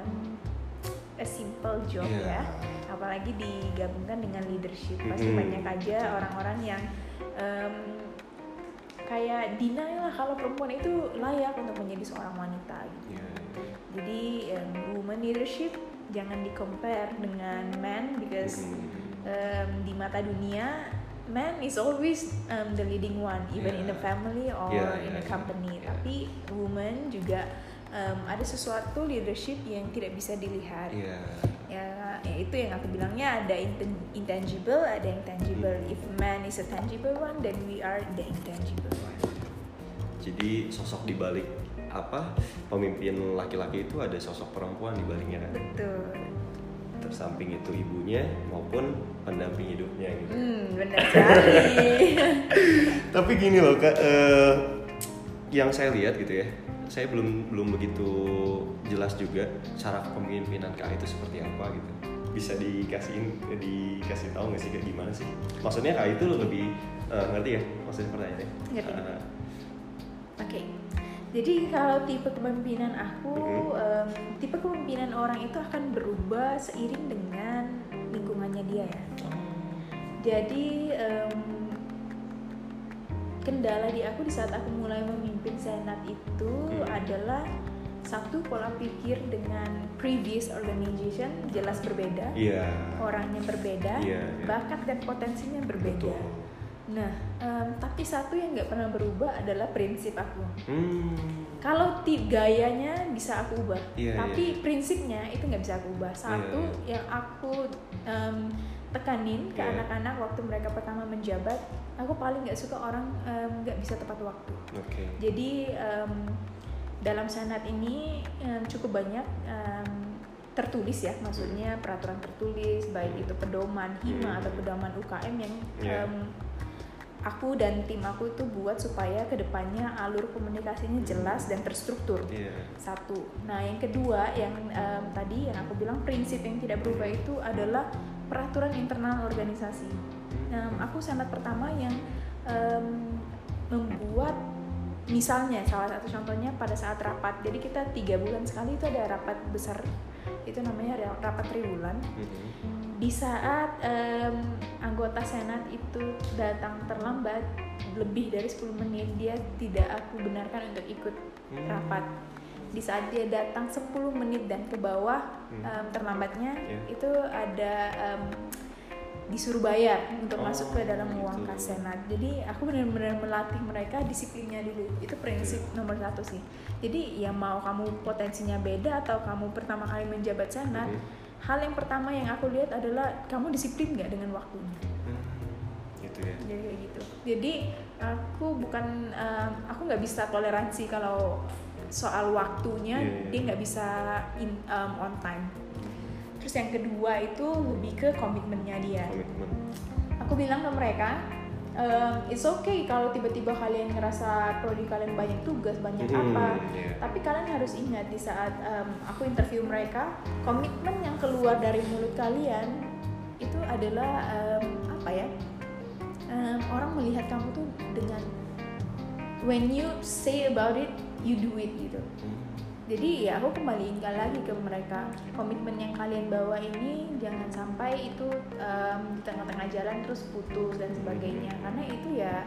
[SPEAKER 2] a simple job ya, apalagi digabungkan dengan leadership. Pasti banyak aja orang-orang yang kayak deny lah kalau perempuan itu layak untuk menjadi seorang wanita gitu. Jadi woman leadership jangan di-compare dengan man, because di mata dunia man is always the leading one, even in the family or in a company. Tapi woman juga ada sesuatu leadership yang tidak bisa dilihat. Ya itu yang aku bilangnya ada intangible, ada yang tangible. If man is a tangible one, then we are the intangible one.
[SPEAKER 1] Jadi sosok di balik pemimpin laki-laki itu ada sosok perempuan di baliknya kan?
[SPEAKER 2] Betul.
[SPEAKER 1] Tersamping itu ibunya maupun pendamping hidupnya gitu.
[SPEAKER 2] Benar sekali.
[SPEAKER 1] Tapi gini loh Kak, yang saya lihat gitu ya, saya belum begitu jelas juga cara kepemimpinan Kak itu seperti apa gitu. Bisa dikasih tahu nggak sih kayak gimana sih? Maksudnya Kak itu lebih ngerti ya maksudnya pertanyaannya?
[SPEAKER 2] Ngerti. Oke. Jadi kalau tipe kepemimpinan aku, tipe kepemimpinan orang itu akan berubah seiring dengan lingkungan ahlinya dia ya. Jadi kendala di aku di saat aku mulai memimpin senat itu adalah satu, pola pikir dengan previous organization jelas berbeda, orangnya berbeda, bakat dan potensinya berbeda.
[SPEAKER 1] Betul.
[SPEAKER 2] Nah, tapi satu yang nggak pernah berubah adalah prinsip aku. Kalau gayanya bisa aku ubah, tapi prinsipnya itu nggak bisa aku ubah. Satu yang aku tekanin ke anak-anak waktu mereka pertama menjabat, aku paling nggak suka orang nggak bisa tepat waktu. Jadi dalam senat ini cukup banyak tertulis ya, maksudnya peraturan tertulis, baik itu pedoman HIMA atau pedoman UKM yang aku dan tim aku itu buat supaya kedepannya alur komunikasinya jelas dan terstruktur. Satu. Nah yang kedua yang tadi yang aku bilang prinsip yang tidak berubah itu adalah peraturan internal organisasi. Aku senat pertama yang membuat, misalnya salah satu contohnya pada saat rapat, jadi kita 3 bulan sekali itu ada rapat besar, itu namanya rapat triwulan. Di saat anggota senat itu datang terlambat lebih dari 10 menit, dia tidak aku benarkan untuk ikut rapat. Di saat dia datang 10 menit dan ke bawah terlambatnya, itu ada disuruh bayar untuk masuk ke dalam ruang kas senat. Jadi aku benar-benar melatih mereka disiplinnya dulu. Itu prinsip nomor 1 sih. Jadi ya mau kamu potensinya beda atau kamu pertama kali menjabat senat, hal yang pertama yang aku lihat adalah kamu disiplin nggak dengan waktunya.
[SPEAKER 1] Gitu ya.
[SPEAKER 2] Jadi kayak gitu. Jadi aku bukan aku nggak bisa toleransi kalau soal waktunya dia nggak bisa on time. Terus yang kedua itu lebih ke komitmennya dia. Aku bilang ke mereka, it's okay kalau tiba-tiba kalian ngerasa prodi kalian banyak tugas, banyak apa. Tapi kalian harus ingat di saat aku interview mereka, komitmen yang keluar dari mulut kalian itu adalah orang melihat kamu tuh dengan when you say about it, you do it gitu. Jadi ya aku kembaliin lagi ke mereka, komitmen yang kalian bawa ini jangan sampai itu di tengah-tengah jalan terus putus dan sebagainya, karena itu ya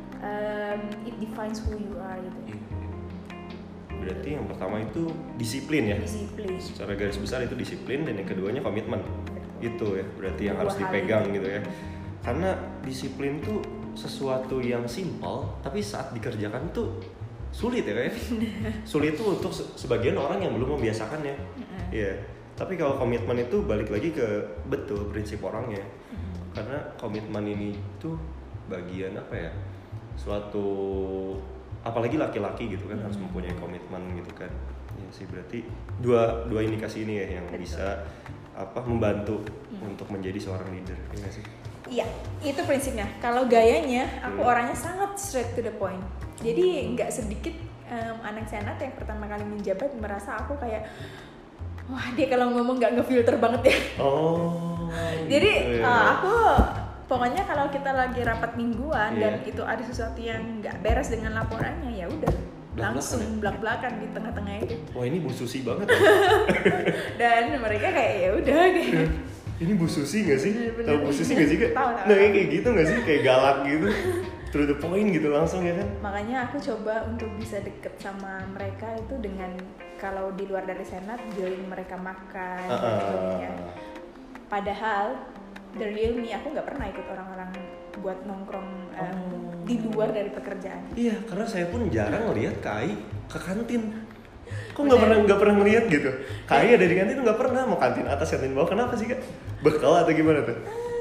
[SPEAKER 2] it defines who you are gitu.
[SPEAKER 1] Berarti yang pertama itu disiplin ya? Disiplin. Secara garis besar itu disiplin, dan yang keduanya komitmen. Itu ya, berarti yang harus dipegang gitu ya. Karena disiplin tuh sesuatu yang simpel, tapi saat dikerjakan tuh sulit ya kayak. Sulit tuh untuk sebagian orang yang belum membiasakannya. Tapi kalau komitmen itu balik lagi ke betul prinsip orangnya. Karena komitmen ini tuh bagian apa ya? Suatu, apalagi laki-laki gitu kan, harus mempunyai komitmen gitu kan. Ya sih, berarti dua indikasi ini ya yang bisa membantu untuk menjadi seorang leader. Ya gak sih?
[SPEAKER 2] Iya, itu prinsipnya. Kalau gayanya, aku orangnya sangat straight to the point. Jadi nggak sedikit anak senat yang pertama kali menjabat merasa aku kayak, wah dia kalau ngomong nggak ngefilter banget ya. Jadi aku pokoknya kalau kita lagi rapat mingguan dan itu ada sesuatu yang nggak beres dengan laporannya, ya udah langsung belak-belakan di tengah-tengah itu.
[SPEAKER 1] Wah ini Bu Susi banget ya.
[SPEAKER 2] Dan mereka kayak ya udah kayak.
[SPEAKER 1] Ini Bu Susi nggak sih? Tahu Bu Susi nggak sih kak?
[SPEAKER 2] Tahu.
[SPEAKER 1] Nah kayak gitu nggak sih? Kayak galak gitu. To the point gitu langsung ya kan?
[SPEAKER 2] Makanya aku coba untuk bisa deket sama mereka itu dengan kalau di luar dari senat join mereka makan dan sebagainya. Padahal the real me, aku nggak pernah ikut orang-orang buat nongkrong di luar dari pekerjaan.
[SPEAKER 1] Iya, karena saya pun jarang ngelihat Kai ke kantin. Kok nggak pernah ngelihat gitu? Kai ada di kantin nggak pernah, mau kantin atas kantin bawah, kenapa sih kak? Bekal atau gimana tuh?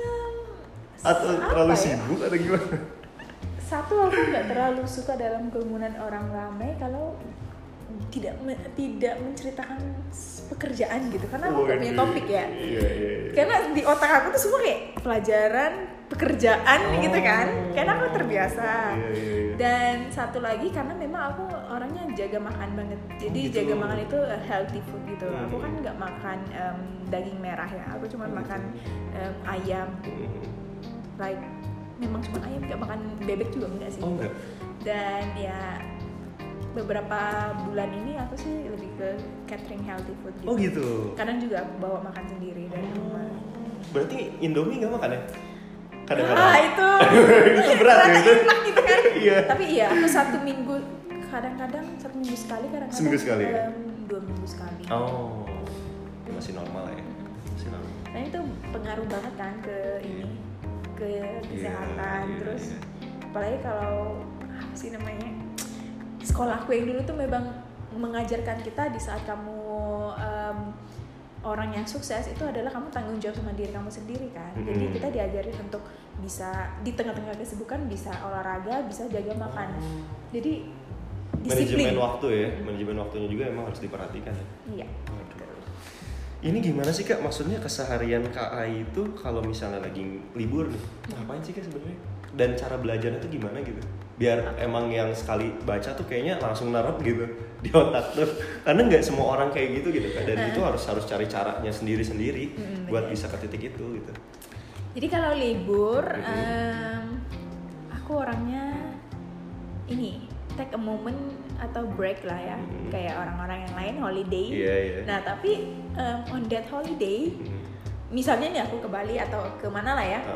[SPEAKER 1] Atau terlalu sibuk atau gimana?
[SPEAKER 2] Satu, aku nggak terlalu suka dalam kerumunan orang ramai kalau tidak menceritakan pekerjaan gitu, karena aku nggak punya topik ya. Karena di otak aku tuh semua kayak pelajaran, pekerjaan gitu kan, karena aku terbiasa. Dan satu lagi karena memang aku orangnya jaga makan banget, jadi jaga makan itu healthy food gitu. Aku kan nggak makan daging merah ya, aku cuma makan ayam, like memang cuma ayam, nggak makan bebek juga enggak sih. Dan ya beberapa bulan ini aku sih lebih ke catering healthy food gitu.
[SPEAKER 1] Oh gitu.
[SPEAKER 2] Kadang juga aku bawa makan sendiri dari rumah.
[SPEAKER 1] berarti Indomie nggak makan ya? Kadang-kadang.
[SPEAKER 2] Itu
[SPEAKER 1] itu berat ya itu.
[SPEAKER 2] Enak gitu kan.
[SPEAKER 1] Iya.
[SPEAKER 2] Tapi iya, aku 1 minggu kadang-kadang 1 minggu sekali, kadang-kadang
[SPEAKER 1] Seminggu sekali ya?
[SPEAKER 2] 2 minggu sekali.
[SPEAKER 1] Oh, masih normal lah ya. Masih normal.
[SPEAKER 2] Nah itu pengaruh banget kan ke ini, ke kesehatan. Terus apalagi kalau apa sih namanya, sekolahku yang dulu tuh memang mengajarkan kita di saat kamu orang yang sukses itu adalah kamu tanggung jawab sama diri kamu sendiri kan. Jadi kita diajarin untuk bisa di tengah-tengah kesibukan bisa olahraga, bisa jaga makan. Jadi disiplin.
[SPEAKER 1] Manajemen waktu ya, manajemen waktunya juga emang harus diperhatikan ya.
[SPEAKER 2] Iya.
[SPEAKER 1] Ini gimana sih Kak? Maksudnya keseharian Kak Ai itu kalau misalnya lagi libur nih, ngapain sih Kak sebenarnya? Dan cara belajarnya tuh gimana gitu? Biar emang yang sekali baca tuh kayaknya langsung narap gitu di otak tuh. Karena nggak semua orang kayak gitu Kak. Dan itu harus cari caranya sendiri-sendiri buat bisa ke titik itu gitu.
[SPEAKER 2] Jadi kalau libur, aku orangnya ini take a moment atau break lah ya, kayak orang-orang yang lain holiday. Nah tapi on that holiday, misalnya nih aku ke Bali atau ke mana lah ya,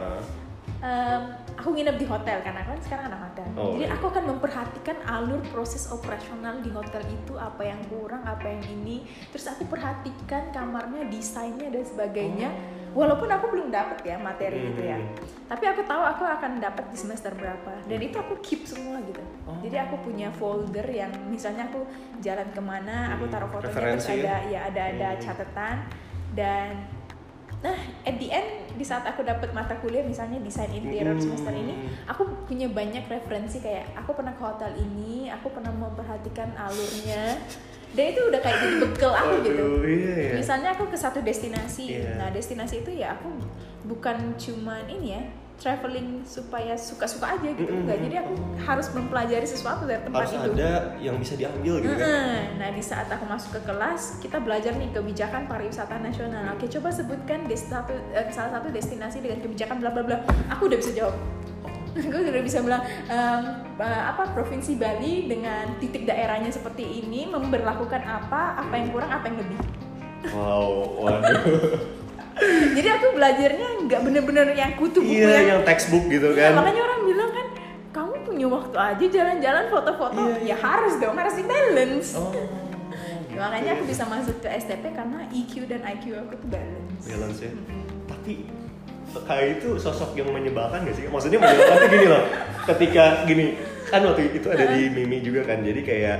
[SPEAKER 2] aku nginep di hotel karena kan sekarang anak hotel. Jadi aku akan memperhatikan alur proses operasional di hotel itu, apa yang kurang, apa yang ini. Terus aku perhatikan kamarnya, desainnya dan sebagainya. Walaupun aku belum dapet ya materi itu ya, tapi aku tahu aku akan dapat di semester berapa, dan itu aku keep semua gitu. Jadi aku punya folder yang misalnya aku jalan kemana, aku taruh fotonya, terus ada catatan. Dan nah at the end di saat aku dapat mata kuliah misalnya desain interior semester ini, aku punya banyak referensi, kayak aku pernah ke hotel ini, aku pernah memperhatikan alurnya. Dan itu udah kayak jadi bekal aku gitu. Misalnya aku ke satu destinasi, nah destinasi itu ya aku bukan cuman ini ya traveling supaya suka-suka aja gitu, enggak. Jadi aku harus mempelajari sesuatu dari tempat
[SPEAKER 1] harus
[SPEAKER 2] itu.
[SPEAKER 1] Harus ada yang bisa diambil gitu kan.
[SPEAKER 2] Nah di saat aku masuk ke kelas, kita belajar nih kebijakan pariwisata nasional. Oke, coba sebutkan salah satu destinasi dengan kebijakan bla bla bla. Aku udah bisa jawab. Gue udah bisa bilang provinsi Bali dengan titik daerahnya seperti ini memberlakukan apa yang kurang, apa yang lebih.
[SPEAKER 1] Wow, waduh.
[SPEAKER 2] Jadi aku belajarnya nggak bener-bener yang kutu buku
[SPEAKER 1] yang textbook gitu kan.
[SPEAKER 2] Makanya orang bilang kan, kamu punya waktu aja jalan-jalan foto-foto, ya harus dong, harus di-balance. Makanya aku bisa masuk ke STP karena EQ dan IQ aku tuh balance.
[SPEAKER 1] Balance ya. Tapi kayak itu sosok yang menyebalkan gak sih? Maksudnya menyebalkan tuh gini loh, ketika gini kan waktu itu ada di Mimi juga kan, jadi kayak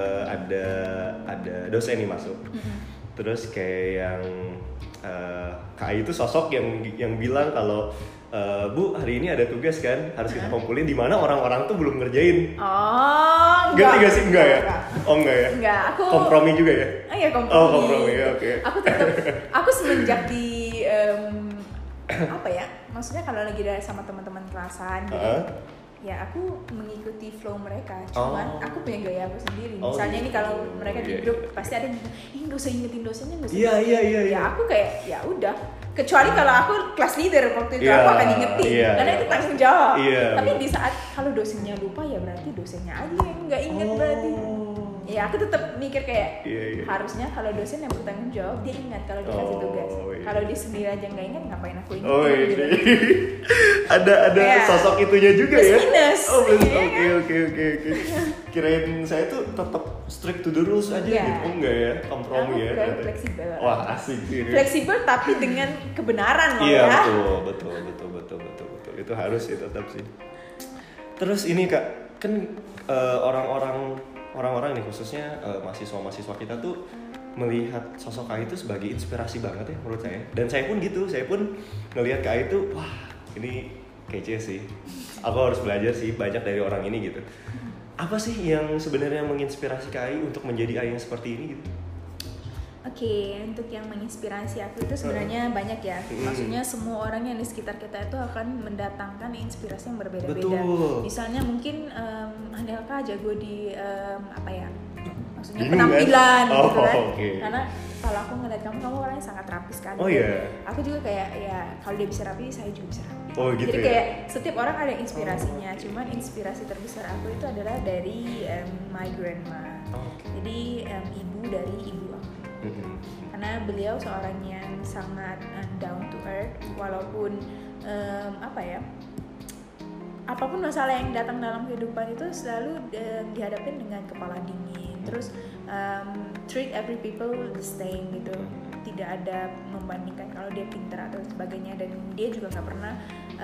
[SPEAKER 1] ada dosen nih masuk, terus kayak yang Kak itu sosok yang bilang kalau Bu, hari ini ada tugas kan, harus kita kumpulin di mana orang-orang tuh belum ngerjain.
[SPEAKER 2] Oh,
[SPEAKER 1] enggak. Ngerti gak sih? Enggak ya? Oh enggak ya?
[SPEAKER 2] Enggak, aku
[SPEAKER 1] kompromi juga ya?
[SPEAKER 2] Iya kompromi.
[SPEAKER 1] Oh kompromi, oke.
[SPEAKER 2] Aku semenjak di apa ya? Maksudnya kalau lagi sama teman-teman kelasan gitu. Ya aku mengikuti flow mereka, cuman aku punya gaya aku sendiri. Misalnya ini kalau mereka di grup pasti ada yang bilang, nggak usah ingetin dosennya, nggak usah.
[SPEAKER 1] Iya.
[SPEAKER 2] Ya aku kayak ya udah. Kecuali kalau aku kelas leader waktu itu aku akan ingetin, karena itu tanggung jawab. Tapi di saat kalau dosennya lupa ya berarti dosennya aja yang nggak inget berarti. Ya aku tetap mikir kayak harusnya kalau dosen yang bertanggung jawab dia ingat kalau dikasih tugas. Kalau dia sendiri aja nggak ingat, ngapain aku ingat? Gitu.
[SPEAKER 1] ada sosok itunya juga ya.
[SPEAKER 2] Minus.
[SPEAKER 1] Oke. Kirain saya tuh tetap strict to the rules aja gitu. Oh enggak ya, kompromi ya.
[SPEAKER 2] Aku fleksibel.
[SPEAKER 1] Wah asik sih.
[SPEAKER 2] Fleksibel tapi dengan kebenaran loh
[SPEAKER 1] ya.
[SPEAKER 2] Iya
[SPEAKER 1] betul. Itu harus sih tetap sih. Terus ini Kak, kan orang-orang nih khususnya mahasiswa kita tuh melihat sosok Kak itu sebagai inspirasi banget ya menurut saya. Dan saya pun gitu, saya pun ngelihat Kak itu, wah ini kece sih. Aku harus belajar sih banyak dari orang ini gitu. Apa sih yang sebenarnya menginspirasi Kak untuk menjadi yang seperti ini gitu?
[SPEAKER 2] Oke, untuk yang menginspirasi aku itu sebenarnya banyak ya. Maksudnya semua orang yang di sekitar kita itu akan mendatangkan inspirasi yang berbeda-beda. Misalnya mungkin Anelka jago di maksudnya penampilan gitu kan. Karena kalau aku ngeliat kamu orangnya sangat rapi sekali. Aku juga kayak ya kalau dia bisa rapi, saya juga bisa rapi.
[SPEAKER 1] Gitu.
[SPEAKER 2] Jadi kayak setiap orang ada inspirasinya. Cuman inspirasi terbesar aku itu adalah dari my grandma. Jadi ibu dari ibu aku. Karena beliau seorang yang sangat down to earth, walaupun apapun masalah yang datang dalam kehidupan itu selalu dihadapin dengan kepala dingin, terus treat every people the same gitu, tidak ada membandingkan kalau dia pintar atau sebagainya, dan dia juga nggak pernah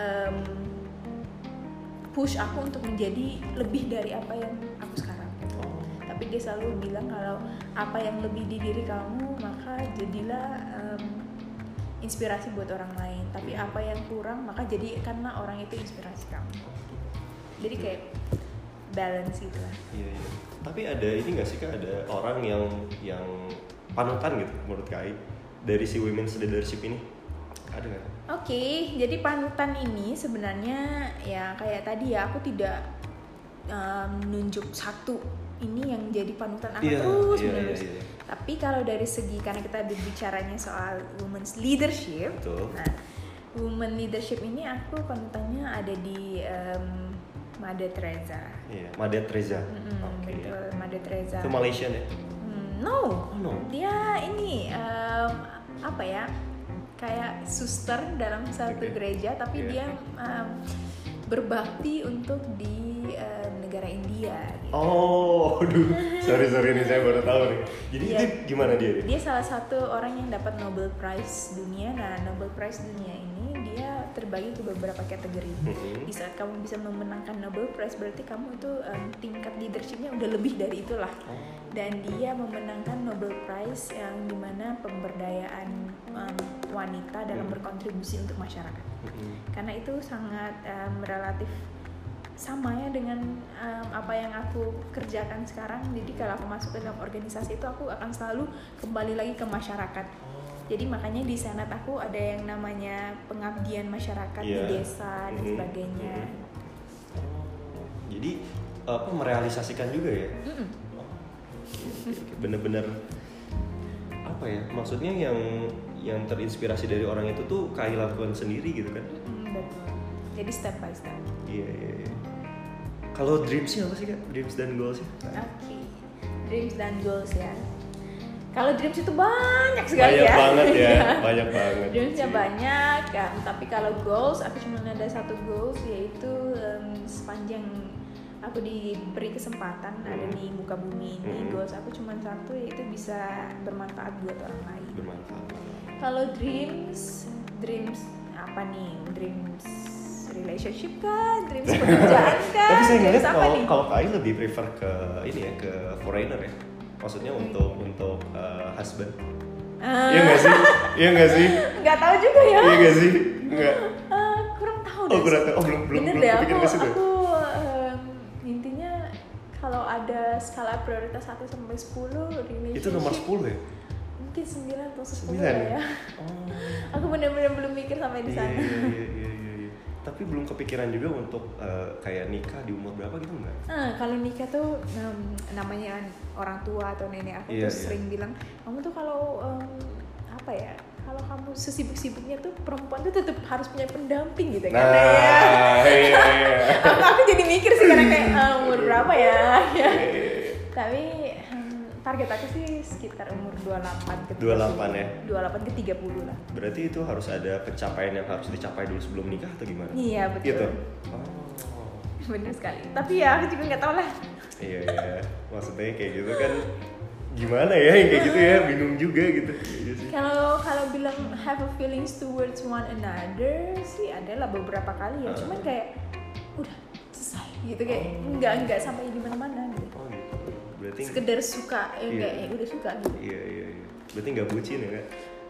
[SPEAKER 2] push aku untuk menjadi lebih dari apa yang aku sekarang gitu. Tapi dia selalu bilang kalau apa yang lebih di diri kamu maka jadilah inspirasi buat orang lain, tapi apa yang kurang maka jadikanlah orang itu inspirasi kamu. Jadi kayak balance gitu lah.
[SPEAKER 1] Iya. Tapi ada ini nggak sih Kak, ada orang yang panutan gitu menurut Kak dari si women's leadership ini, ada nggak?
[SPEAKER 2] Oke, jadi panutan ini sebenarnya ya kayak tadi ya, aku tidak nunjuk satu ini yang jadi panutan aku terus menerus. Iya. Tapi kalau dari segi, karena kita bicaranya soal women's leadership, betul. Nah, women leadership ini aku panutannya ada di Mother Teresa.
[SPEAKER 1] Iya, Mother Teresa.
[SPEAKER 2] Okay. Betul, Mother Teresa.
[SPEAKER 1] Itu Malaysian ya?
[SPEAKER 2] No. Dia ini kayak suster dalam satu gereja, tapi dia berbakti untuk di negara India gitu.
[SPEAKER 1] Oh, aduh. Sorry ini saya baru tahu nih. Jadi itu gimana dia?
[SPEAKER 2] Dia salah satu orang yang dapat Nobel Prize dunia. Nah, Nobel Prize dunia ini dia terbagi ke beberapa kategori. Di saat kamu bisa memenangkan Nobel Prize, berarti kamu itu tingkat leadershipnya udah lebih dari itulah. Dan dia memenangkan Nobel Prize yang dimana pemberdayaan wanita dalam berkontribusi untuk masyarakat. Karena itu sangat relatif sama ya dengan apa yang aku kerjakan sekarang. Jadi kalau aku masuk ke dalam organisasi itu, aku akan selalu kembali lagi ke masyarakat. Jadi makanya di senat aku ada yang namanya pengabdian masyarakat di desa dan sebagainya.
[SPEAKER 1] Jadi merealisasikan juga ya? Bener-bener apa ya? Maksudnya yang terinspirasi dari orang itu tuh Kai lakukan sendiri gitu kan?
[SPEAKER 2] Betul. Jadi step by step.
[SPEAKER 1] Iya. Kalau dreams-nya apa sih Kak? Dreams dan goals-nya?
[SPEAKER 2] Oke. Dreams dan goals ya. Kalau dreams itu banyak sekali
[SPEAKER 1] banyak banget ya. Banyak banget.
[SPEAKER 2] Dreamsnya banyak kan. Tapi kalau goals, aku cuma ada satu goals, yaitu sepanjang aku diberi kesempatan ada di muka bumi ini, goals aku cuma satu, yaitu bisa bermanfaat buat orang lain. Kalau dreams apa nih? Dreams relationship kah? Dreams pekerjaan kah?
[SPEAKER 1] Tapi saya ngeliat kalau Kai lebih prefer ke ini ya, ke foreigner ya. Maksudnya untuk husband. Iya nggak sih?
[SPEAKER 2] Nggak tahu juga ya.
[SPEAKER 1] Iya nggak sih? Nggak.
[SPEAKER 2] Kurang tahu deh.
[SPEAKER 1] Belum
[SPEAKER 2] kepikiran ke situ. Intinya kalau ada skala prioritas 1 sampai 10 relationship.
[SPEAKER 1] Itu nomor 10 ya?
[SPEAKER 2] Mungkin 9 atau 10 ya. Aku benar-benar belum mikir sampai di sana.
[SPEAKER 1] Iya. Tapi belum kepikiran juga untuk kayak nikah di umur berapa gitu enggak?
[SPEAKER 2] Kalau nikah tuh namanya orang tua atau nenek aku tuh sering bilang, kamu tuh kalau kalau kamu sesibuk-sibuknya tuh perempuan tuh tetap harus punya pendamping gitu kan. Iya. Aku jadi mikir sih karena kayak umur berapa ya. Tapi target aku sih sekitar umur 28 ke 30.
[SPEAKER 1] 28 ya?
[SPEAKER 2] 28 ke 30 lah.
[SPEAKER 1] Berarti itu harus ada pencapaian yang harus dicapai dulu sebelum nikah atau gimana?
[SPEAKER 2] Iya betul.
[SPEAKER 1] Gitu?
[SPEAKER 2] Bener sekali. Tapi ya aku juga gak tahu lah.
[SPEAKER 1] Iya. Maksudnya kayak gitu kan gimana ya yang kayak gitu ya, bingung juga gitu.
[SPEAKER 2] Kalau bilang have a feelings towards one another sih adalah beberapa kali ya. Cuman kayak udah selesai gitu, kayak nggak sampai di mana-mana gitu.
[SPEAKER 1] Gitu. Berarti
[SPEAKER 2] sekedar suka udah suka gitu.
[SPEAKER 1] Iya. Berarti nggak bucin ya Kak?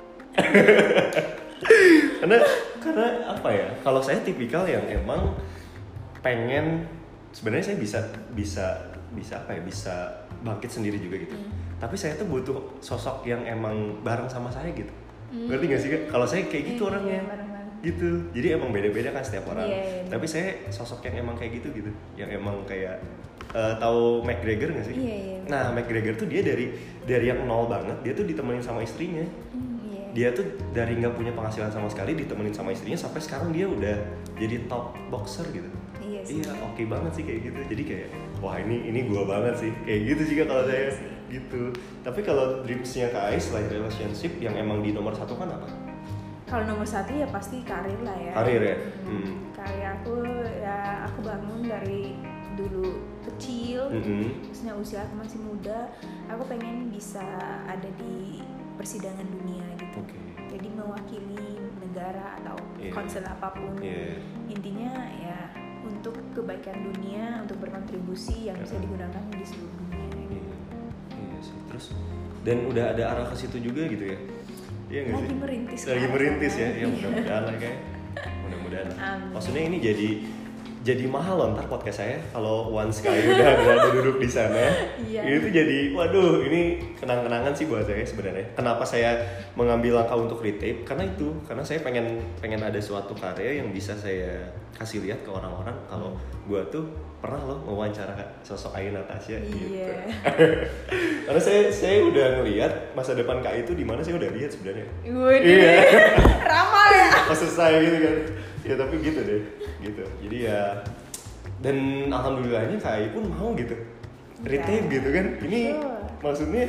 [SPEAKER 1] karena apa ya? Kalau saya tipikal yang emang pengen, sebenarnya saya bisa apa ya? Bisa bangkit sendiri juga gitu. Tapi saya tuh butuh sosok yang emang bareng sama saya gitu. Ngerti nggak sih Kak? Kalau saya kayak gitu orangnya. Gitu. Jadi emang beda-beda kan setiap orang. Tapi saya sosok yang emang kayak gitu. Yang emang kayak tahu McGregor nggak sih?
[SPEAKER 2] Iya.
[SPEAKER 1] Nah McGregor tuh dia dari yang nol banget, dia tuh ditemenin sama istrinya. Dia tuh dari nggak punya penghasilan sama sekali ditemenin sama istrinya sampai sekarang dia udah jadi top boxer gitu. Iya, oke banget sih kayak gitu. Jadi kayak wah ini gua banget sih. Kayak gitu juga kalau saya gitu. Tapi kalau dreamsnya Kak Ais selain relationship yang emang di nomor 1 kan apa?
[SPEAKER 2] Kalau nomor satu ya pasti karir lah ya.
[SPEAKER 1] Karir ya.
[SPEAKER 2] Karir aku bangun dari dulu kecil, maksudnya usia aku masih muda, aku pengen bisa ada di persidangan dunia gitu. Jadi mewakili negara atau konsen apapun. Intinya ya untuk kebaikan dunia, untuk berkontribusi yang bisa digunakan di seluruh dunia.
[SPEAKER 1] Iya sih. Terus dan udah ada arah ke situ juga gitu ya? Iya nggak sih? Lagi merintis ya. Ya mudah-mudahan lah kayak. Mudah-mudahan. Maksudnya ini jadi mahal loh ntar podcast saya kalau once kali udah berada duduk di sana. Ini tuh jadi waduh, ini kenang-kenangan sih buat saya sebenarnya. Kenapa saya mengambil langkah untuk retape? Karena saya pengen ada suatu karya yang bisa saya kasih lihat ke orang-orang kalau gue tuh pernah loh mewawancara sosok Ayu Natasha gitu. Karena saya udah ngelihat masa depan Kak itu di mana, saya udah lihat sebenarnya. Iya.
[SPEAKER 2] Ramal ya.
[SPEAKER 1] Maksud saya gitu kan. Ya tapi gitu deh, gitu. Jadi ya, dan alhamdulillahnya Kak Ai pun mau gitu retape gitu kan. Ini maksudnya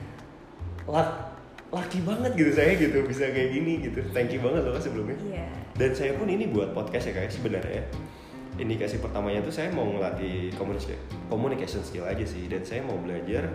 [SPEAKER 1] laki banget gitu saya gitu bisa kayak gini gitu. Thank you banget loh sebelumnya. Dan saya pun ini buat podcast ya Kak sebenarnya. Indikasi pertamanya tuh saya mau ngelatih communication skill aja sih, dan saya mau belajar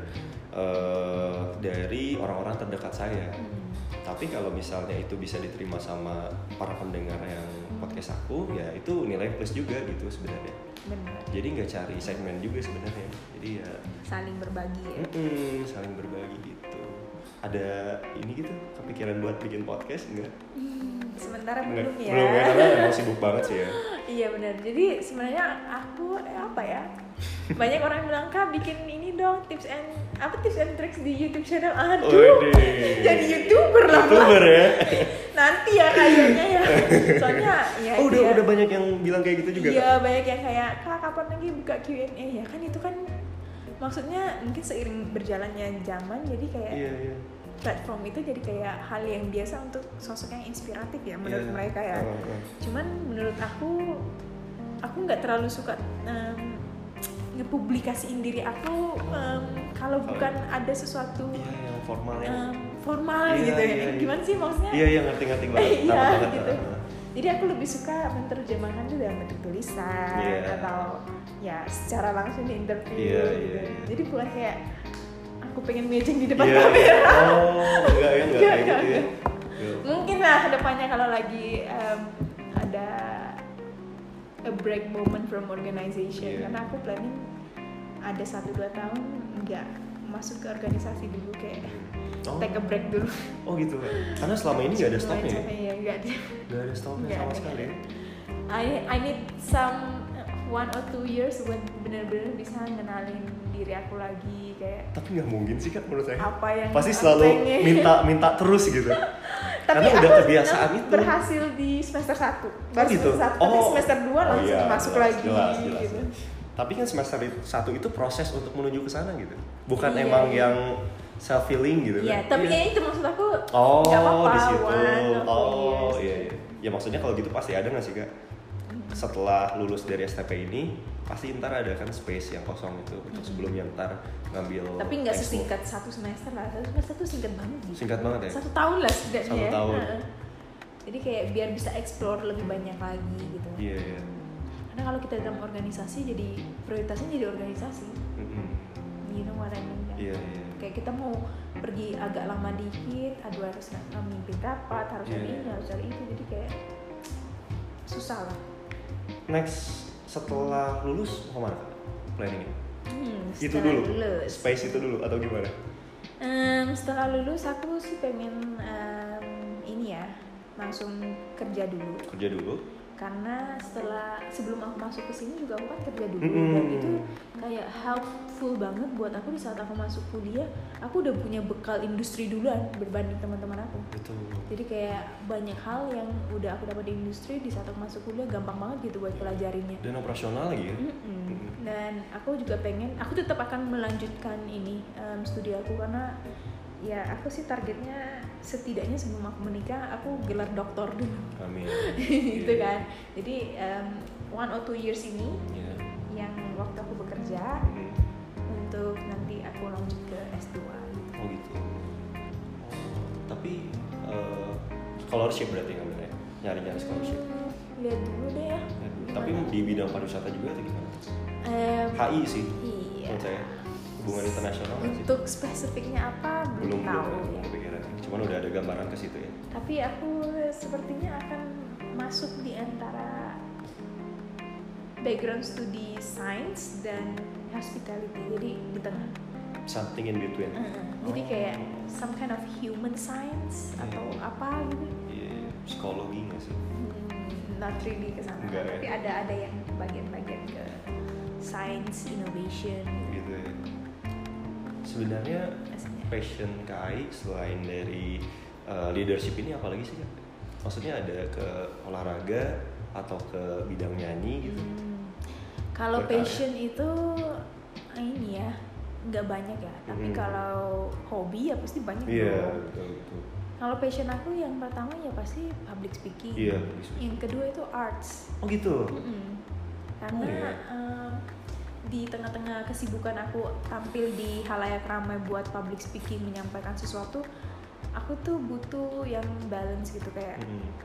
[SPEAKER 1] dari orang-orang terdekat saya. Tapi kalau misalnya itu bisa diterima sama para pendengar yang podcast aku, ya itu nilai plus juga gitu sebenarnya.
[SPEAKER 2] Benar.
[SPEAKER 1] Jadi nggak cari segmen juga sebenarnya. Jadi ya
[SPEAKER 2] saling berbagi ya.
[SPEAKER 1] Saling berbagi gitu. Ada ini gitu kepikiran buat bikin podcast enggak?
[SPEAKER 2] Sementara belum ya.
[SPEAKER 1] Belum ya, karena emang sibuk banget sih ya.
[SPEAKER 2] Iya benar. Jadi sebenarnya aku apa ya? Banyak orang bilang Kak bikin ini dong tips and tricks di YouTube channel. Aduh. Jadi YouTuber lah.
[SPEAKER 1] YouTuber ya.
[SPEAKER 2] Nanti ya kayaknya ya. Soalnya ya.
[SPEAKER 1] Udah banyak yang bilang kayak gitu juga.
[SPEAKER 2] Iya, banyak yang kayak Kak kapan lagi buka Q&A ya kan, itu kan maksudnya mungkin seiring berjalannya zaman jadi kayak platform itu jadi kayak hal yang biasa untuk sosok yang inspiratif ya menurut mereka ya. Cuman menurut aku nggak terlalu suka ngepublikasiin diri aku kalau bukan ada sesuatu
[SPEAKER 1] yang
[SPEAKER 2] formal gitu ya. Gimana sih maksudnya?
[SPEAKER 1] Iya ngerti banget.
[SPEAKER 2] Gitu. Jadi aku lebih suka menerjemahkan itu dalam bentuk tulisan atau ya secara langsung di interview gitu. Jadi bukan kayak aku pengen mejeng di depan kamera.
[SPEAKER 1] Enggak kayak gitu ya.
[SPEAKER 2] Mungkin lah kedepannya kalau lagi ada a break moment from organization, karena aku planning ada 1-2 tahun nggak masuk ke organisasi dulu, kayak take a break dulu.
[SPEAKER 1] Oh gitu. Karena selama ini nggak ada stopnya ya?
[SPEAKER 2] Iya, nggak
[SPEAKER 1] ada stopnya sama sekali.
[SPEAKER 2] I need some 1 or 2 years buat benar-benar bisa ngenalin diri aku lagi kayak.
[SPEAKER 1] Tapi nggak mungkin sih Kak menurut saya.
[SPEAKER 2] Apa yang
[SPEAKER 1] pasti selalu minta terus gitu.
[SPEAKER 2] Tapi
[SPEAKER 1] karena udah kebiasaan itu.
[SPEAKER 2] Berhasil di semester 1.
[SPEAKER 1] Baru gitu.
[SPEAKER 2] Tapi semester 2 langsung masuk lagi
[SPEAKER 1] jelas.
[SPEAKER 2] gitu.
[SPEAKER 1] Tapi kan semester 1 itu proses untuk menuju ke sana gitu. Bukan emang yang self feeling gitu kan.
[SPEAKER 2] Iya, tapi ya itu maksud aku enggak apa-apa.
[SPEAKER 1] Di situ. Iya. Ya maksudnya kalau gitu pasti ada enggak sih Kak? Setelah lulus dari STP ini pasti ntar ada kan space yang kosong itu untuk sebelum yang ntar ngambil.
[SPEAKER 2] Tapi nggak sesingkat 1 semester lah. 1 semester tuh singkat banget.
[SPEAKER 1] Singkat banget ya?
[SPEAKER 2] 1 tahun lah setidaknya.
[SPEAKER 1] 1 tahun.
[SPEAKER 2] Jadi kayak biar bisa explore lebih banyak lagi gitu.
[SPEAKER 1] Iya.
[SPEAKER 2] Karena kalau kita dalam organisasi jadi prioritasnya jadi organisasi. You know what I mean kan?
[SPEAKER 1] Iya.
[SPEAKER 2] Kayak kita mau pergi agak lama dikit, harus memimpin rapat, harus ini, harus cari itu, jadi kayak susah lah.
[SPEAKER 1] Next setelah lulus mau kemana planningnya? Itu dulu, space itu dulu atau gimana?
[SPEAKER 2] Setelah lulus aku sih pengen ini ya langsung kerja dulu. Karena sebelum aku masuk ke sini juga aku kan kerja dulu dan itu kayak helpful banget buat aku di saat aku masuk kuliah. Aku udah punya bekal industri duluan berbanding teman-teman aku.
[SPEAKER 1] Betul.
[SPEAKER 2] Jadi kayak banyak hal yang udah aku dapat di industri di saat aku masuk kuliah gampang banget gitu buat pelajarinya.
[SPEAKER 1] Dan operasional lagi ya.
[SPEAKER 2] Dan aku juga aku tetap akan melanjutkan ini studi aku karena ya aku sih targetnya setidaknya sebelum aku menikah aku gelar doktor dulu.
[SPEAKER 1] Amin.
[SPEAKER 2] Gitu kan. Jadi 1 or 2 years ini yang waktu aku bekerja untuk nanti aku lanjut ke S2 gitu.
[SPEAKER 1] Oh gitu. Tapi Scholarship berarti ngambilnya, nyari scholarship.
[SPEAKER 2] Lihat dulu deh ya.
[SPEAKER 1] Tapi di bidang pariwisata juga atau gimana? HI sih.
[SPEAKER 2] Iya.
[SPEAKER 1] Menurut saya hubungan internasional nggak sih?
[SPEAKER 2] Untuk spesifiknya apa belum tahu ya.
[SPEAKER 1] Kepikiran. Cuman udah ada gambaran ke situ ya.
[SPEAKER 2] Tapi aku sepertinya akan masuk di antara background studi science dan hospitality, jadi di tengah.
[SPEAKER 1] Something in between.
[SPEAKER 2] Jadi kayak some kind of human science atau apa gitu.
[SPEAKER 1] Iya, psikologi nggak sih?
[SPEAKER 2] Not really ke sana, tapi ada yang bagian-bagian ke science innovation
[SPEAKER 1] gitu ya. Sebenarnya passion KAI selain dari leadership ini apa lagi sih Kak? Maksudnya ada ke olahraga atau ke bidang nyanyi gitu?
[SPEAKER 2] Kalau passion itu ini ya nggak banyak ya, tapi kalau hobi ya pasti banyak.
[SPEAKER 1] Iya, betul.
[SPEAKER 2] Kalau passion aku yang pertama ya pasti public speaking.
[SPEAKER 1] Iya.
[SPEAKER 2] Yang kedua itu arts.
[SPEAKER 1] Oh gitu.
[SPEAKER 2] Karena di tengah-tengah kesibukan aku tampil di halayak ramai buat public speaking, menyampaikan sesuatu, aku tuh butuh yang balance gitu kayak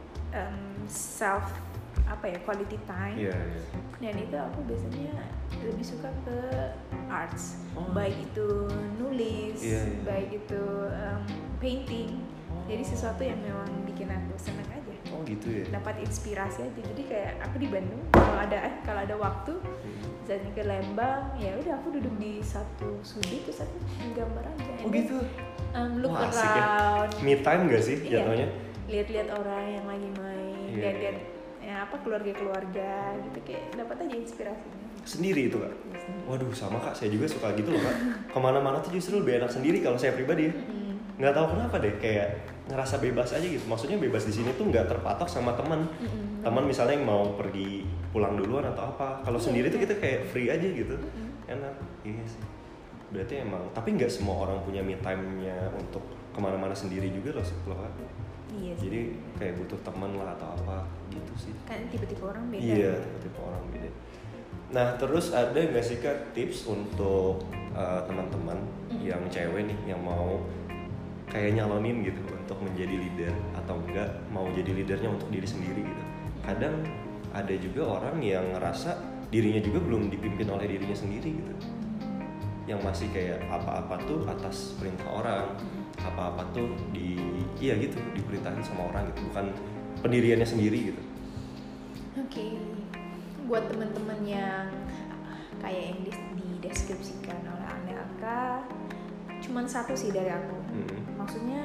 [SPEAKER 2] self quality time.
[SPEAKER 1] Iya.
[SPEAKER 2] Dan itu aku biasanya lebih suka ke arts, baik itu nulis, baik itu painting. Jadi sesuatu yang memang bikin aku senang aja.
[SPEAKER 1] Oh gitu ya.
[SPEAKER 2] Dapat inspirasi aja. Jadi kayak aku di Bandung kalau ada waktu, misalnya ke Lembang, ya udah aku duduk di satu sudut terus aku gambar aja.
[SPEAKER 1] Oh gitu.
[SPEAKER 2] Look around.
[SPEAKER 1] Ya. Me time nggak sih jatuhnya?
[SPEAKER 2] Lihat-lihat orang yang lagi main, lihat-lihat keluarga gitu, kayak dapat aja inspirasinya.
[SPEAKER 1] Sendiri itu Kak? Waduh sama Kak, saya juga suka gitu loh Kak. Kemana-mana tuh justru lebih enak sendiri kalau saya pribadi ya. Nggak tahu kenapa deh, kayak ngerasa bebas aja gitu. Maksudnya bebas di sini tuh nggak terpatok sama teman. Teman misalnya yang mau pergi pulang duluan atau apa. Kalau sendiri tuh kita kayak free aja gitu. Enak. Iya sih. Berarti emang, tapi nggak semua orang punya me time-nya untuk kemana-mana sendiri juga loh Kak.
[SPEAKER 2] Iya sih.
[SPEAKER 1] Jadi kayak butuh teman lah atau apa gitu sih.
[SPEAKER 2] Kan tipe-tipe orang beda.
[SPEAKER 1] Iya, tipe-tipe orang beda. Nah terus ada nggak sih Kak tips untuk teman-teman yang cewek nih yang mau kayak nyalonin gitu untuk menjadi leader atau enggak mau jadi leadernya untuk diri sendiri gitu. Kadang ada juga orang yang ngerasa dirinya juga belum dipimpin oleh dirinya sendiri gitu. Yang masih kayak apa-apa tuh atas perintah orang, apa-apa tuh diperintahin sama orang gitu, bukan pendiriannya sendiri gitu.
[SPEAKER 2] Oke. Buat teman-teman yang kayak yang dideskripsikan oleh Anelka, cuman satu sih dari aku. Maksudnya